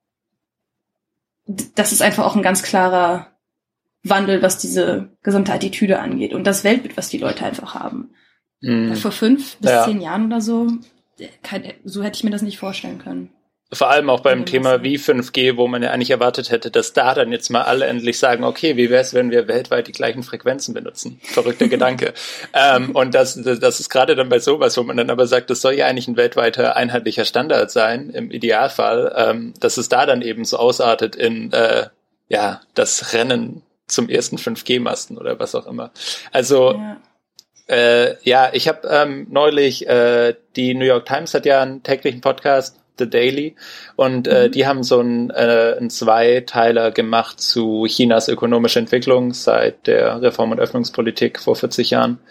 das ist einfach auch ein ganz klarer Wandel, was diese gesamte Attitüde angeht und das Weltbild, was die Leute einfach haben. Mm. Vor fünf bis ja. zehn Jahren oder so, kein, so hätte ich mir das nicht vorstellen können. Vor allem auch beim Thema wie fünf G, wo man ja eigentlich erwartet hätte, dass da dann jetzt mal alle endlich sagen, okay, wie wäre es, wenn wir weltweit die gleichen Frequenzen benutzen? Verrückter Gedanke. ähm, und das, das ist gerade dann bei sowas, wo man dann aber sagt, das soll ja eigentlich ein weltweiter einheitlicher Standard sein, im Idealfall, ähm, dass es da dann eben so ausartet in äh, ja das Rennen zum ersten fünf G Masten oder was auch immer. Also ja, äh, ja ich habe ähm, neulich, äh, die New York Times hat ja einen täglichen Podcast, The Daily, und äh, mhm. die haben so einen, äh, einen Zweiteiler gemacht zu Chinas ökonomischer Entwicklung seit der Reform- und Öffnungspolitik vor vierzig Jahren.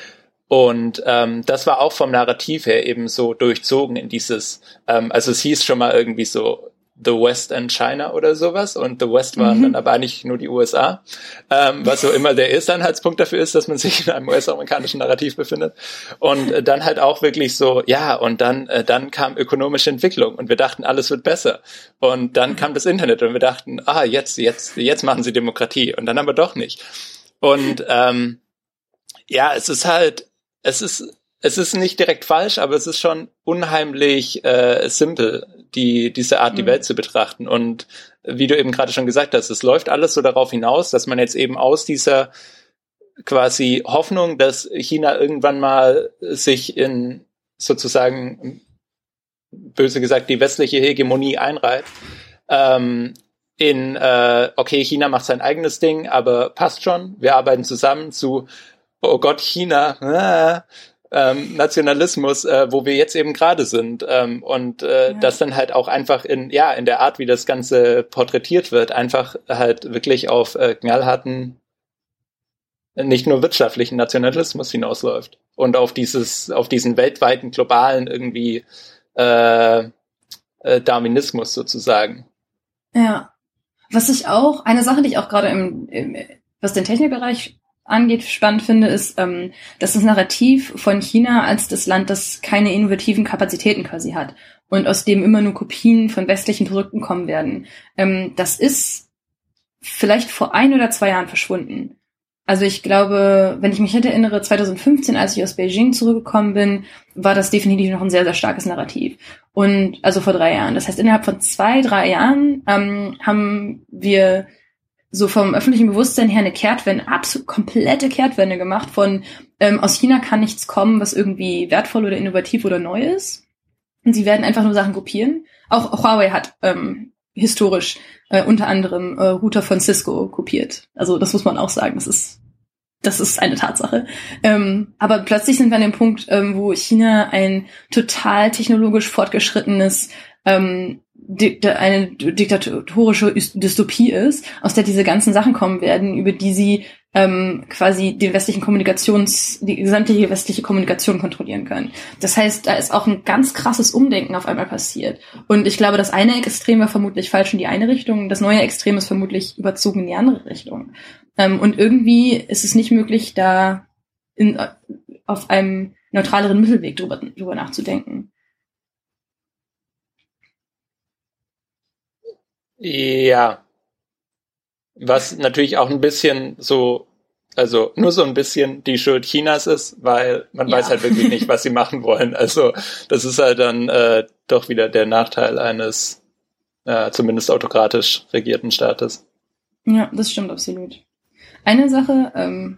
Und ähm, das war auch vom Narrativ her eben so durchzogen in dieses, ähm, also es hieß schon mal irgendwie so The West and China oder sowas, und The West waren mhm. dann aber nicht nur die U S A, ähm, was so immer der erste Anhaltspunkt dafür ist, dass man sich in einem U S-amerikanischen Narrativ befindet, und äh, dann halt auch wirklich so, ja, und dann äh, dann kam ökonomische Entwicklung und wir dachten, alles wird besser, und dann mhm. kam das Internet und wir dachten, ah, jetzt jetzt jetzt machen sie Demokratie, und dann aber doch nicht. Und ähm, ja, es ist halt, es ist es ist nicht direkt falsch, aber es ist schon unheimlich äh, simpel, die diese Art, die mhm. Welt zu betrachten. Und wie du eben gerade schon gesagt hast, es läuft alles so darauf hinaus, dass man jetzt eben aus dieser quasi Hoffnung, dass China irgendwann mal sich in sozusagen, böse gesagt, die westliche Hegemonie einreiht, ähm, in, äh, okay, China macht sein eigenes Ding, aber passt schon, wir arbeiten zusammen, zu, oh Gott, China, äh, Ähm, Nationalismus, äh, wo wir jetzt eben gerade sind, ähm, und äh, ja. das dann halt auch einfach in ja in der Art, wie das Ganze porträtiert wird, einfach halt wirklich auf äh, knallharten, nicht nur wirtschaftlichen Nationalismus hinausläuft und auf dieses, auf diesen weltweiten globalen irgendwie äh, äh, Darwinismus sozusagen. Ja, was ich auch eine Sache, die ich auch gerade im, im was den Technikbereich angeht, spannend finde, ist, ähm, dass das Narrativ von China als das Land, das keine innovativen Kapazitäten quasi hat und aus dem immer nur Kopien von westlichen Produkten kommen werden. Ähm, das ist vielleicht vor ein oder zwei Jahren verschwunden. Also ich glaube, wenn ich mich nicht erinnere, zwanzig fünfzehn, als ich aus Beijing zurückgekommen bin, war das definitiv noch ein sehr, sehr starkes Narrativ. Und also vor drei Jahren. Das heißt, innerhalb von zwei, drei Jahren ähm, haben wir so vom öffentlichen Bewusstsein her eine Kehrtwende, absolut komplette Kehrtwende gemacht von ähm, aus China kann nichts kommen, was irgendwie wertvoll oder innovativ oder neu ist. Und sie werden einfach nur Sachen kopieren. Auch, auch Huawei hat ähm, historisch äh, unter anderem äh, Router von Cisco kopiert. Also das muss man auch sagen, das ist das ist eine Tatsache. Ähm, aber plötzlich sind wir an dem Punkt, ähm, wo China ein total technologisch fortgeschrittenes ähm, eine diktatorische Dystopie ist, aus der diese ganzen Sachen kommen werden, über die sie ähm, quasi den westlichen Kommunikations, die gesamte westliche Kommunikation kontrollieren können. Das heißt, da ist auch ein ganz krasses Umdenken auf einmal passiert. Und ich glaube, das eine Extrem war vermutlich falsch in die eine Richtung, das neue Extrem ist vermutlich überzogen in die andere Richtung. Ähm, und irgendwie ist es nicht möglich, da in, auf einem neutraleren Mittelweg drüber, drüber nachzudenken. Ja, was natürlich auch ein bisschen so, also nur so ein bisschen die Schuld Chinas ist, weil man ja. weiß halt wirklich nicht, was sie machen wollen. Also das ist halt dann äh, doch wieder der Nachteil eines äh, zumindest autokratisch regierten Staates. Ja, das stimmt absolut. Eine Sache, ähm,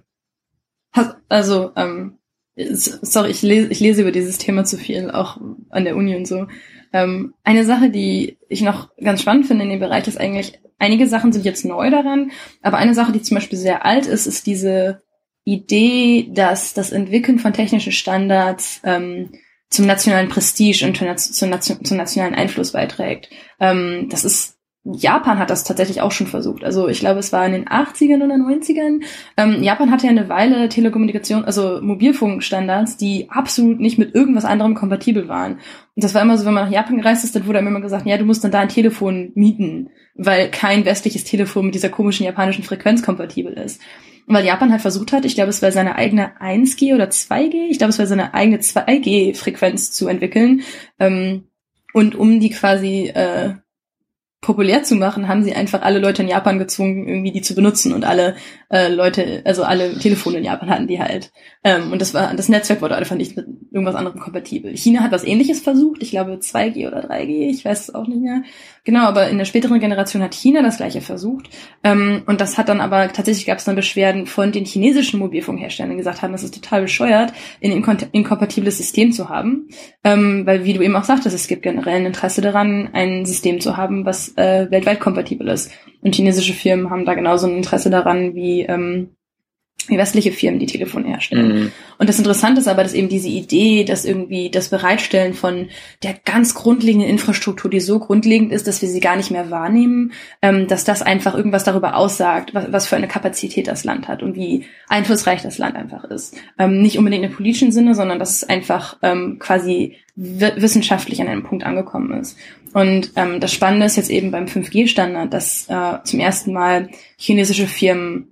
also, ähm, sorry, ich lese, ich lese über dieses Thema zu viel, auch an der Uni und so. Ähm, eine Sache, die ich noch ganz spannend finde in dem Bereich, ist eigentlich, einige Sachen sind jetzt neu daran, aber eine Sache, die zum Beispiel sehr alt ist, ist diese Idee, dass das Entwickeln von technischen Standards ähm, zum nationalen Prestige und zum, Nation, zum nationalen Einfluss beiträgt. Ähm, das ist Japan hat das tatsächlich auch schon versucht. Also ich glaube, es war in den achtzigern oder neunzigern. Ähm, Japan hatte ja eine Weile Telekommunikation, also Mobilfunkstandards, die absolut nicht mit irgendwas anderem kompatibel waren. Und das war immer so, wenn man nach Japan gereist ist, dann wurde einem immer gesagt, ja, du musst dann da ein Telefon mieten, weil kein westliches Telefon mit dieser komischen japanischen Frequenz kompatibel ist. Und weil Japan halt versucht hat, ich glaube, es war seine eigene eins G oder zwei G, ich glaube, es war seine eigene zwei G-Frequenz zu entwickeln. Ähm, und um die quasi äh, populär zu machen, haben sie einfach alle Leute in Japan gezwungen, irgendwie die zu benutzen und alle äh, Leute, also alle Telefone in Japan hatten die halt. Ähm, und das war, das Netzwerk wurde einfach nicht mit irgendwas anderem kompatibel. China hat was Ähnliches versucht, ich glaube zwei G oder drei G, ich weiß es auch nicht mehr. Genau, aber in der späteren Generation hat China das Gleiche versucht. Ähm, und das hat dann aber, tatsächlich gab es dann Beschwerden von den chinesischen Mobilfunkherstellern, die gesagt haben, das ist total bescheuert, ein inkont- inkompatibles System zu haben. Ähm, weil, wie du eben auch sagtest, es gibt generell ein Interesse daran, ein System zu haben, was äh, weltweit kompatibel ist. Und chinesische Firmen haben da genauso ein Interesse daran, wie ähm, wie westliche Firmen, die Telefone herstellen. Mhm. Und das Interessante ist aber, dass eben diese Idee, dass irgendwie das Bereitstellen von der ganz grundlegenden Infrastruktur, die so grundlegend ist, dass wir sie gar nicht mehr wahrnehmen, ähm, dass das einfach irgendwas darüber aussagt, was, was für eine Kapazität das Land hat und wie einflussreich das Land einfach ist. Ähm, nicht unbedingt im politischen Sinne, sondern dass es einfach ähm, quasi w- wissenschaftlich an einem Punkt angekommen ist. Und ähm, das Spannende ist jetzt eben beim fünf G Standard, dass äh, zum ersten Mal chinesische Firmen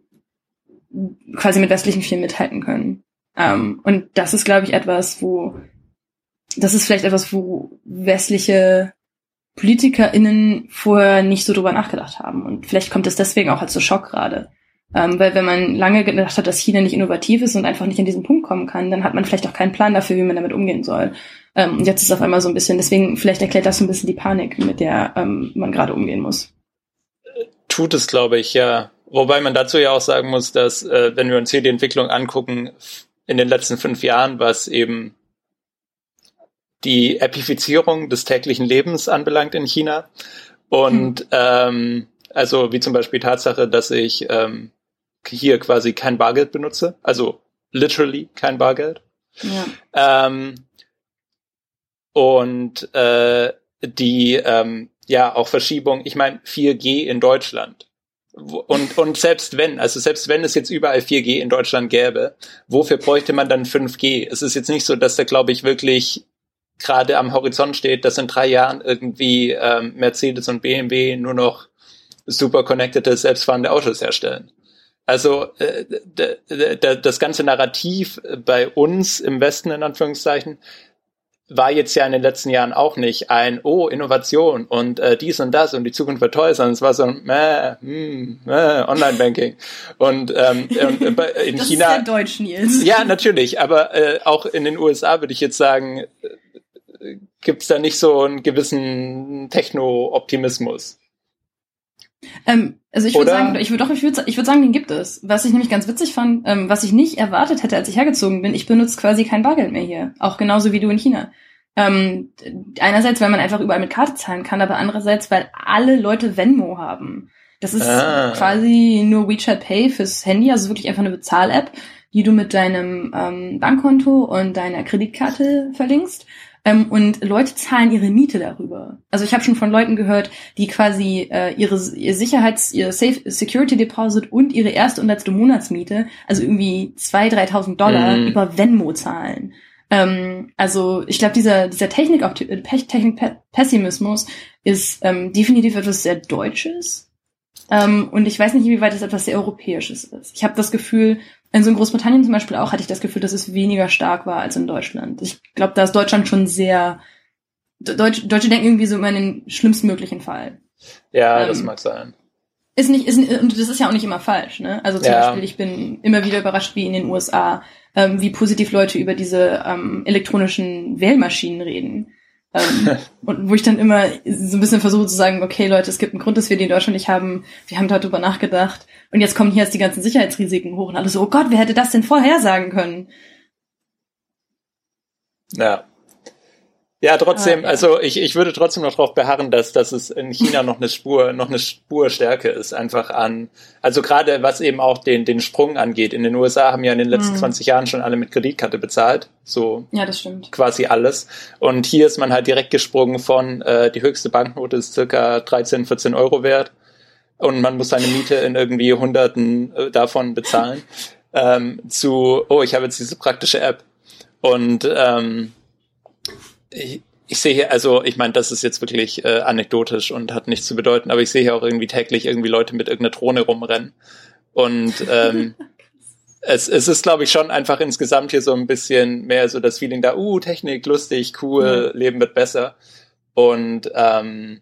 quasi mit westlichen Firmen mithalten können. Ähm, und das ist, glaube ich, etwas, wo, das ist vielleicht etwas, wo westliche PolitikerInnen vorher nicht so drüber nachgedacht haben. Und vielleicht kommt es deswegen auch als so Schock gerade. Ähm, weil wenn man lange gedacht hat, dass China nicht innovativ ist und einfach nicht an diesen Punkt kommen kann, dann hat man vielleicht auch keinen Plan dafür, wie man damit umgehen soll. Ähm, und jetzt ist es auf einmal so ein bisschen, deswegen vielleicht erklärt das so ein bisschen die Panik, mit der ähm, man gerade umgehen muss. Tut es, glaube ich, ja. Wobei man dazu ja auch sagen muss, dass, äh, wenn wir uns hier die Entwicklung angucken, in den letzten fünf Jahren, was eben die Appifizierung des täglichen Lebens anbelangt in China und hm. ähm, also wie zum Beispiel die Tatsache, dass ich ähm, hier quasi kein Bargeld benutze, also literally kein Bargeld. Ja. Ähm, und äh, die ähm, ja auch Verschiebung, ich meine vier G in Deutschland. Und, und selbst wenn, also selbst wenn es jetzt überall vier G in Deutschland gäbe, wofür bräuchte man dann fünf G? Es ist jetzt nicht so, dass da, glaube ich, wirklich gerade am Horizont steht, dass in drei Jahren irgendwie ähm, Mercedes und B M W nur noch super connectede, selbstfahrende Autos herstellen. Also äh, d- d- d- das ganze Narrativ bei uns im Westen in Anführungszeichen war jetzt ja in den letzten Jahren auch nicht ein, oh, Innovation und äh, dies und das und die Zukunft wird toll, sondern es war so ein meh, hm, meh, Online-Banking. Und, ähm, und äh, in das China... Das ist ja deutsch, Nils. Ja, natürlich, aber äh, auch in den U S A würde ich jetzt sagen, äh, gibt's da nicht so einen gewissen Techno-Optimismus. Ähm, also ich würde sagen, ich würde doch, ich würde ich würde sagen, den gibt es. Was ich nämlich ganz witzig fand, ähm, was ich nicht erwartet hätte, als ich hergezogen bin, ich benutze quasi kein Bargeld mehr hier. Auch genauso wie du in China. Ähm, einerseits, weil man einfach überall mit Karte zahlen kann, aber andererseits, weil alle Leute Venmo haben. Das ist ah. quasi nur WeChat Pay fürs Handy, also wirklich einfach eine Bezahl-App, die du mit deinem ähm, Bankkonto und deiner Kreditkarte verlinkst. Ähm, und Leute zahlen ihre Miete darüber. Also ich habe schon von Leuten gehört, die quasi äh, ihre ihr Sicherheits-, ihr Safe Security Deposit und ihre erste und letzte Monatsmiete, also irgendwie zweitausend, dreitausend Dollar mm. über Venmo zahlen. Ähm, also ich glaube, dieser dieser Technik-Pessimismus ist ähm, definitiv etwas sehr Deutsches. Ähm, und ich weiß nicht, inwieweit es etwas sehr Europäisches ist. Ich habe das Gefühl, in so in Großbritannien zum Beispiel auch hatte ich das Gefühl, dass es weniger stark war als in Deutschland. Ich glaube, da ist Deutschland schon sehr... Deutsch, Deutsche denken irgendwie so immer in den schlimmsten möglichen Fall. Ja, ähm, das mag sein. Ist nicht, ist, und das ist ja auch nicht immer falsch, ne? Also zum ja. Beispiel, ich bin immer wieder überrascht, wie in den U S A, ähm, wie positiv Leute über diese ähm, elektronischen Wählmaschinen reden. ähm, und wo ich dann immer so ein bisschen versuche zu sagen, okay Leute, es gibt einen Grund, dass wir die in Deutschland nicht haben. Wir haben darüber nachgedacht. Und jetzt kommen hier jetzt die ganzen Sicherheitsrisiken hoch und alle so, oh Gott, wer hätte das denn vorhersagen können? Ja. Ja, trotzdem, ah, ja. also ich, ich würde trotzdem noch darauf beharren, dass, dass es in China noch eine Spur, noch eine Spur Stärke ist, einfach an, also gerade was eben auch den, den Sprung angeht. In den U S A haben ja in den letzten hm. zwanzig Jahren schon alle mit Kreditkarte bezahlt. So. Ja, das stimmt. Quasi alles. Und hier ist man halt direkt gesprungen von, äh, die höchste Banknote ist circa dreizehn, vierzehn Euro wert. Und man muss seine Miete in irgendwie Hunderten äh, davon bezahlen. ähm, zu, oh, ich habe jetzt diese praktische App. Und, ähm, Ich, ich sehe hier, also ich meine, das ist jetzt wirklich äh, anekdotisch und hat nichts zu bedeuten, aber ich sehe hier auch irgendwie täglich irgendwie Leute mit irgendeiner Drohne rumrennen. Und ähm, es, es ist, glaube ich, schon einfach insgesamt hier so ein bisschen mehr so das Feeling da, uh, Technik, lustig, cool, mhm. Leben wird besser. Und ähm,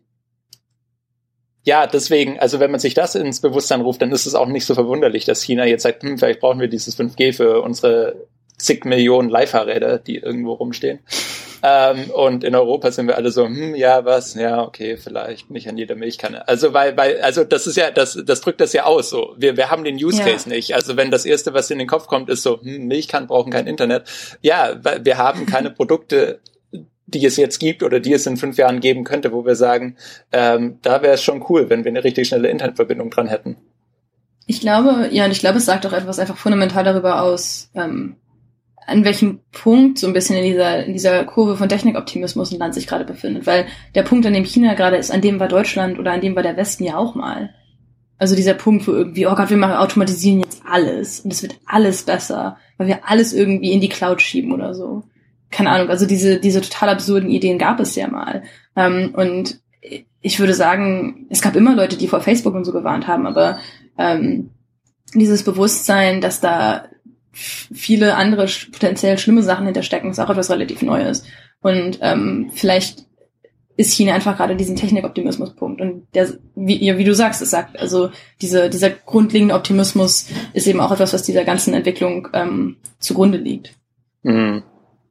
ja, deswegen, also wenn man sich das ins Bewusstsein ruft, dann ist es auch nicht so verwunderlich, dass China jetzt sagt, hm, vielleicht brauchen wir dieses fünf G für unsere zig Millionen Leihfahrräder, die irgendwo rumstehen. Ähm, und in Europa sind wir alle so, hm, ja, was, ja, okay, vielleicht nicht an jeder Milchkanne. Also, weil, weil, also, das ist ja, das, das drückt das ja aus, so. Wir, wir haben den Use Case ja. nicht. Also, wenn das erste, was in den Kopf kommt, ist so, hm, Milchkannen brauchen kein Internet. Ja, weil wir haben keine Produkte, die es jetzt gibt oder die es in fünf Jahren geben könnte, wo wir sagen, ähm, da wäre es schon cool, wenn wir eine richtig schnelle Internetverbindung dran hätten. Ich glaube, ja, und ich glaube, es sagt auch etwas einfach fundamental darüber aus, ähm, an welchem Punkt so ein bisschen in dieser in dieser Kurve von Technikoptimismus ein Land sich gerade befindet. Weil der Punkt, an dem China gerade ist, an dem war Deutschland oder an dem war der Westen ja auch mal. Also dieser Punkt, wo irgendwie, oh Gott, wir machen automatisieren jetzt alles und es wird alles besser, weil wir alles irgendwie in die Cloud schieben oder so. Keine Ahnung, also diese diese total absurden Ideen gab es ja mal. Ähm, und ich würde sagen, es gab immer Leute, die vor Facebook und so gewarnt haben, aber ähm, dieses Bewusstsein, dass da viele andere potenziell schlimme Sachen hinterstecken, ist auch etwas relativ Neues. Und ähm, vielleicht ist China einfach gerade diesen Technikoptimismuspunkt. Und der, wie, wie du sagst, es sagt, also diese, dieser grundlegende Optimismus ist eben auch etwas, was dieser ganzen Entwicklung ähm, zugrunde liegt. Mhm.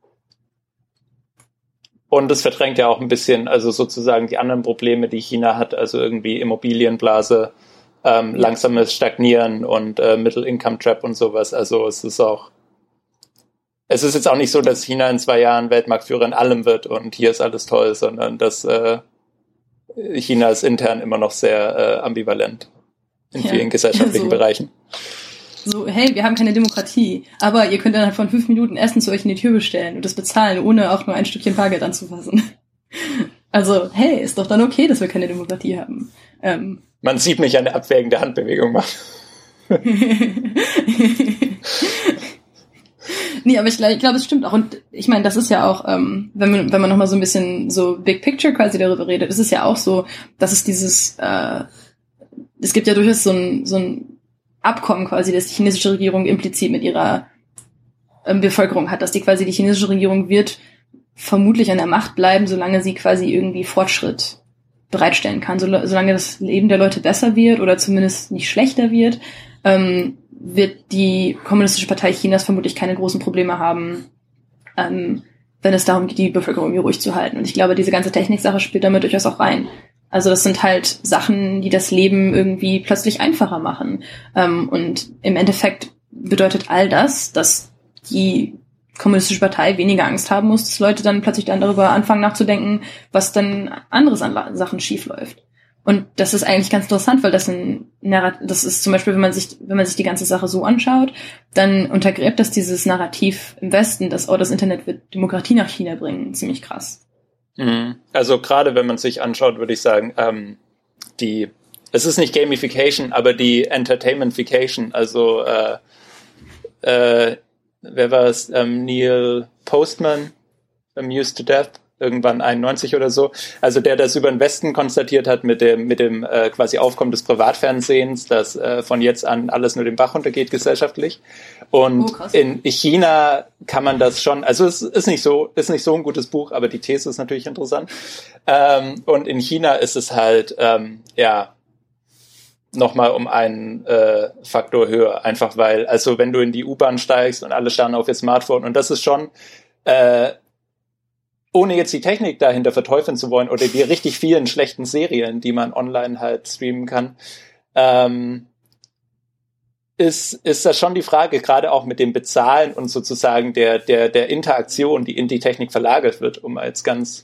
Und es verdrängt ja auch ein bisschen, also sozusagen die anderen Probleme, die China hat, also irgendwie Immobilienblase, Ähm, langsames Stagnieren und äh, Middle-Income-Trap und sowas. Also es ist auch, es ist jetzt auch nicht so, dass China in zwei Jahren Weltmarktführer in allem wird und hier ist alles toll, sondern dass äh, China ist intern immer noch sehr äh, ambivalent in ja, vielen gesellschaftlichen so. Bereichen. So, hey, wir haben keine Demokratie, aber ihr könnt innerhalb von fünf Minuten Essen zu euch in die Tür bestellen und das bezahlen, ohne auch nur ein Stückchen Bargeld anzufassen. Also, hey, ist doch dann okay, dass wir keine Demokratie haben. Ähm, Man sieht mich eine abwägende Handbewegung machen. Nee, aber ich, ich glaube, es stimmt auch. Und ich meine, das ist ja auch, ähm, wenn man, wenn man nochmal so ein bisschen so Big Picture quasi darüber redet, ist es ja auch so, dass es dieses, äh, es gibt ja durchaus so ein, so ein Abkommen quasi, das die chinesische Regierung implizit mit ihrer ähm, Bevölkerung hat, dass die quasi die chinesische Regierung wird vermutlich an der Macht bleiben, solange sie quasi irgendwie Fortschritt bereitstellen kann. So, solange das Leben der Leute besser wird oder zumindest nicht schlechter wird, ähm, wird die Kommunistische Partei Chinas vermutlich keine großen Probleme haben, ähm, wenn es darum geht, die Bevölkerung irgendwie ruhig zu halten. Und ich glaube, diese ganze Techniksache spielt damit durchaus auch rein. Also das sind halt Sachen, die das Leben irgendwie plötzlich einfacher machen. Ähm, und im Endeffekt bedeutet all das, dass die Kommunistische Partei weniger Angst haben muss, dass Leute dann plötzlich dann darüber anfangen nachzudenken, was dann anderes an Sachen schief läuft. Und das ist eigentlich ganz interessant, weil das ein Narrativ, das ist zum Beispiel, wenn man sich, wenn man sich die ganze Sache so anschaut, dann untergräbt das dieses Narrativ im Westen, dass, oh, das Internet wird Demokratie nach China bringen, ziemlich krass. Also gerade wenn man sich anschaut, würde ich sagen, ähm, die, es ist nicht Gamification, aber die Entertainmentification, also äh, äh, wer war es? Ähm, Neil Postman, Amused to Death, irgendwann einundneunzig oder so. Also der das über den Westen konstatiert hat mit dem mit dem äh, quasi Aufkommen des Privatfernsehens, dass äh, von jetzt an alles nur den Bach runtergeht gesellschaftlich. Und oh, in China kann man das schon, also es ist nicht so ist nicht so ein gutes Buch, aber die These ist natürlich interessant. Ähm, und in China ist es halt ähm, ja nochmal um einen äh, Faktor höher, einfach weil, also wenn du in die U-Bahn steigst und alle starren auf ihr Smartphone und das ist schon äh, ohne jetzt die Technik dahinter verteufeln zu wollen oder die richtig vielen schlechten Serien, die man online halt streamen kann, ähm, ist, ist das schon die Frage, gerade auch mit dem Bezahlen und sozusagen der, der, der Interaktion, die in die Technik verlagert wird, um als ganz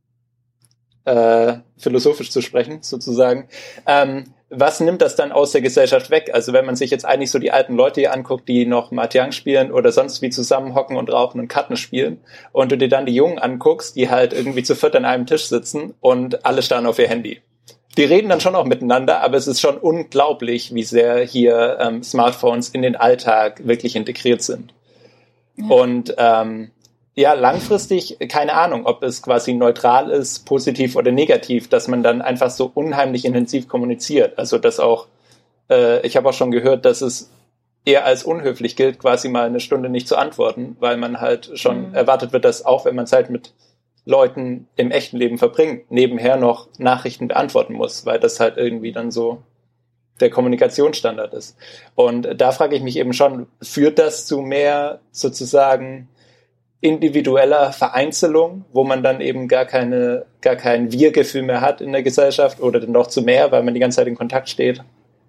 äh, philosophisch zu sprechen, sozusagen. Ähm, was nimmt das dann aus der Gesellschaft weg? Also wenn man sich jetzt eigentlich so die alten Leute hier anguckt, die noch Mahjong spielen oder sonst wie zusammenhocken und rauchen und Karten spielen und du dir dann die Jungen anguckst, die halt irgendwie zu viert an einem Tisch sitzen und alle starren auf ihr Handy. Die reden dann schon auch miteinander, aber es ist schon unglaublich, wie sehr hier ähm, Smartphones in den Alltag wirklich integriert sind. Ja. Und ähm, ja, langfristig, keine Ahnung, ob es quasi neutral ist, positiv oder negativ, dass man dann einfach so unheimlich intensiv kommuniziert. Also dass auch, äh, ich habe auch schon gehört, dass es eher als unhöflich gilt, quasi mal eine Stunde nicht zu antworten, weil man halt schon mhm. erwartet wird, dass auch wenn man Zeit mit Leuten im echten Leben verbringt, nebenher noch Nachrichten beantworten muss, weil das halt irgendwie dann so der Kommunikationsstandard ist. Und da frage ich mich eben schon, führt das zu mehr sozusagen individueller Vereinzelung, wo man dann eben gar keine, gar kein Wir-Gefühl mehr hat in der Gesellschaft oder dann doch zu mehr, weil man die ganze Zeit in Kontakt steht?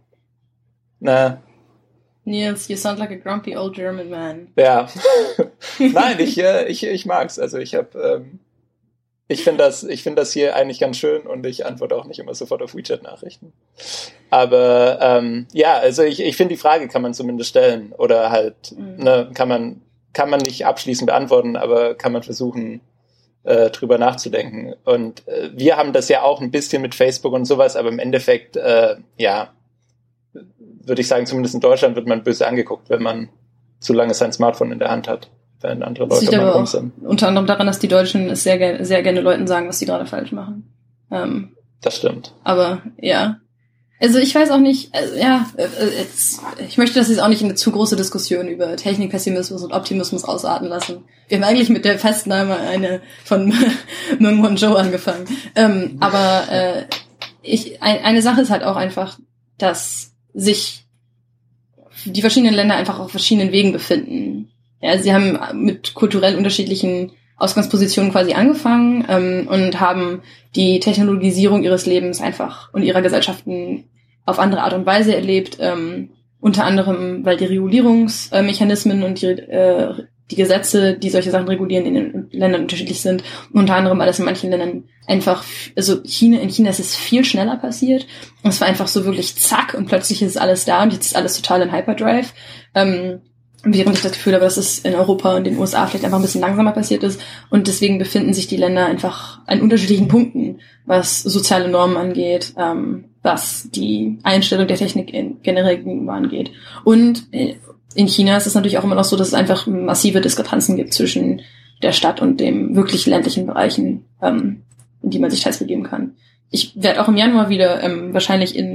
Na. Nils, you sound like a grumpy old German man. Ja. Nein, ich, ich, ich mag's. Also ich habe, ähm, ich finde das, ich finde das hier eigentlich ganz schön und ich antworte auch nicht immer sofort auf WeChat-Nachrichten. Aber ähm, ja, also ich, ich finde die Frage kann man zumindest stellen oder halt, mhm. ne, kann man kann man nicht abschließend beantworten, aber kann man versuchen, äh, drüber nachzudenken. Und äh, wir haben das ja auch ein bisschen mit Facebook und sowas, aber im Endeffekt, äh, ja, würde ich sagen, zumindest in Deutschland wird man böse angeguckt, wenn man zu lange sein Smartphone in der Hand hat, wenn andere Leute das liegt aber auch sind. Unter anderem daran, dass die Deutschen es sehr, ge- sehr gerne Leuten sagen, was sie gerade falsch machen. Ähm, das stimmt. Aber, ja. Also ich weiß auch nicht, also, ja, jetzt, ich möchte das jetzt auch nicht in eine zu große Diskussion über Technikpessimismus und Optimismus ausarten lassen. Wir haben eigentlich mit der Festnahme eine von Meng Wanzhou angefangen. Ähm, aber äh, ich, ein, eine Sache ist halt auch einfach, dass sich die verschiedenen Länder einfach auf verschiedenen Wegen befinden. Ja, sie haben mit kulturell unterschiedlichen Ausgangspositionen quasi angefangen ähm, und haben die Technologisierung ihres Lebens einfach und ihrer Gesellschaften auf andere Art und Weise erlebt, ähm, unter anderem, weil die Regulierungsmechanismen und die, äh, die Gesetze, die solche Sachen regulieren, in den Ländern unterschiedlich sind. Und unter anderem, weil das in manchen Ländern einfach, also China, in China ist es viel schneller passiert. Und es war einfach so wirklich zack und plötzlich ist alles da und jetzt ist alles total in Hyperdrive. Ähm, während ich das Gefühl habe, dass es in Europa und den U S A vielleicht einfach ein bisschen langsamer passiert ist. Und deswegen befinden sich die Länder einfach an unterschiedlichen Punkten, was soziale Normen angeht, ähm, was die Einstellung der Technik in, generell gegenüber angeht. Und in China ist es natürlich auch immer noch so, dass es einfach massive Diskrepanzen gibt zwischen der Stadt und dem wirklich ländlichen Bereichen, ähm, in die man sich teils begeben kann. Ich werde auch im Januar wieder ähm, wahrscheinlich in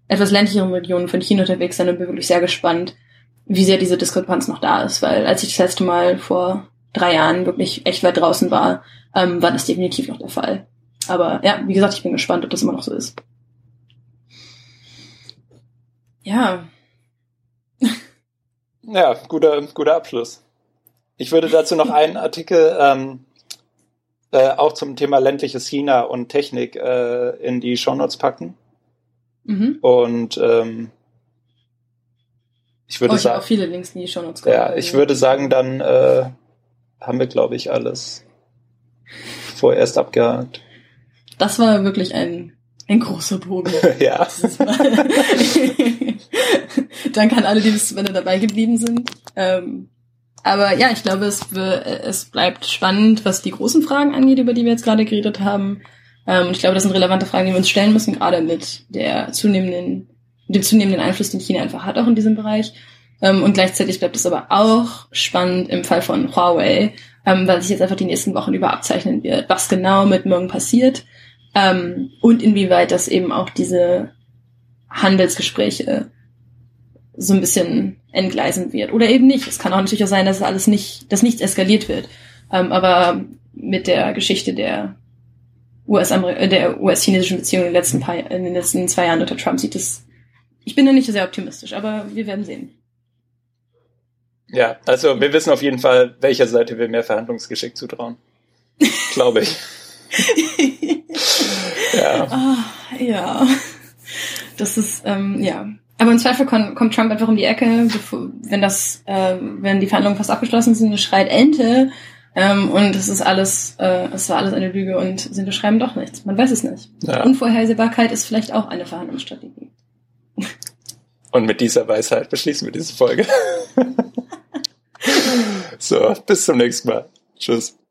etwas ländlicheren Regionen von China unterwegs sein und bin wirklich sehr gespannt, wie sehr diese Diskrepanz noch da ist, weil als ich das letzte Mal vor drei Jahren wirklich echt weit draußen war, ähm, war das definitiv noch der Fall. Aber ja, wie gesagt, ich bin gespannt, ob das immer noch so ist. Ja. Ja, guter, guter Abschluss. Ich würde dazu noch einen Artikel ähm, äh, auch zum Thema ländliches China und Technik äh, in die Shownotes packen. Mhm. Und ähm, ich würde oh, ich sagen, auch viele Links in die Shownotes. Ja, ich würde sagen, dann äh, haben wir, glaube ich, alles vorerst abgehakt. Das war wirklich ein ein großer Bogen. Ja. Danke an alle, die bis zum Ende dabei geblieben sind. Ähm, aber ja, ich glaube, es, es bleibt spannend, was die großen Fragen angeht, über die wir jetzt gerade geredet haben. Ähm, und ich glaube, das sind relevante Fragen, die wir uns stellen müssen, gerade mit der zunehmenden, dem zunehmenden Einfluss, den China einfach hat, auch in diesem Bereich. Ähm, und gleichzeitig bleibt es aber auch spannend im Fall von Huawei, ähm, weil sich jetzt einfach die nächsten Wochen über abzeichnen wird, was genau mit morgen passiert. Ähm, und inwieweit das eben auch diese Handelsgespräche so ein bisschen entgleisen wird. Oder eben nicht. Es kann auch natürlich auch sein, dass alles nicht, dass nichts eskaliert wird. Ähm, aber mit der Geschichte der U S der U S-chinesischen Beziehungen in den letzten paar, in den letzten zwei Jahren unter Trump sieht es, ich bin da nicht so sehr optimistisch, aber wir werden sehen. Ja, also wir wissen auf jeden Fall, welcher Seite wir mehr Verhandlungsgeschick zutrauen. Glaube ich. Ja. Ah, ja. Das ist, ähm, ja. Aber im Zweifel kommt, kommt Trump einfach um die Ecke, bevor, wenn das, äh, wenn die Verhandlungen fast abgeschlossen sind, schreit Ente, ähm, und es ist alles, äh, es war alles eine Lüge und sind wir schreiben doch nichts. Man weiß es nicht. Ja. Unvorhersehbarkeit ist vielleicht auch eine Verhandlungsstrategie. Und mit dieser Weisheit beschließen wir diese Folge. So, bis zum nächsten Mal. Tschüss.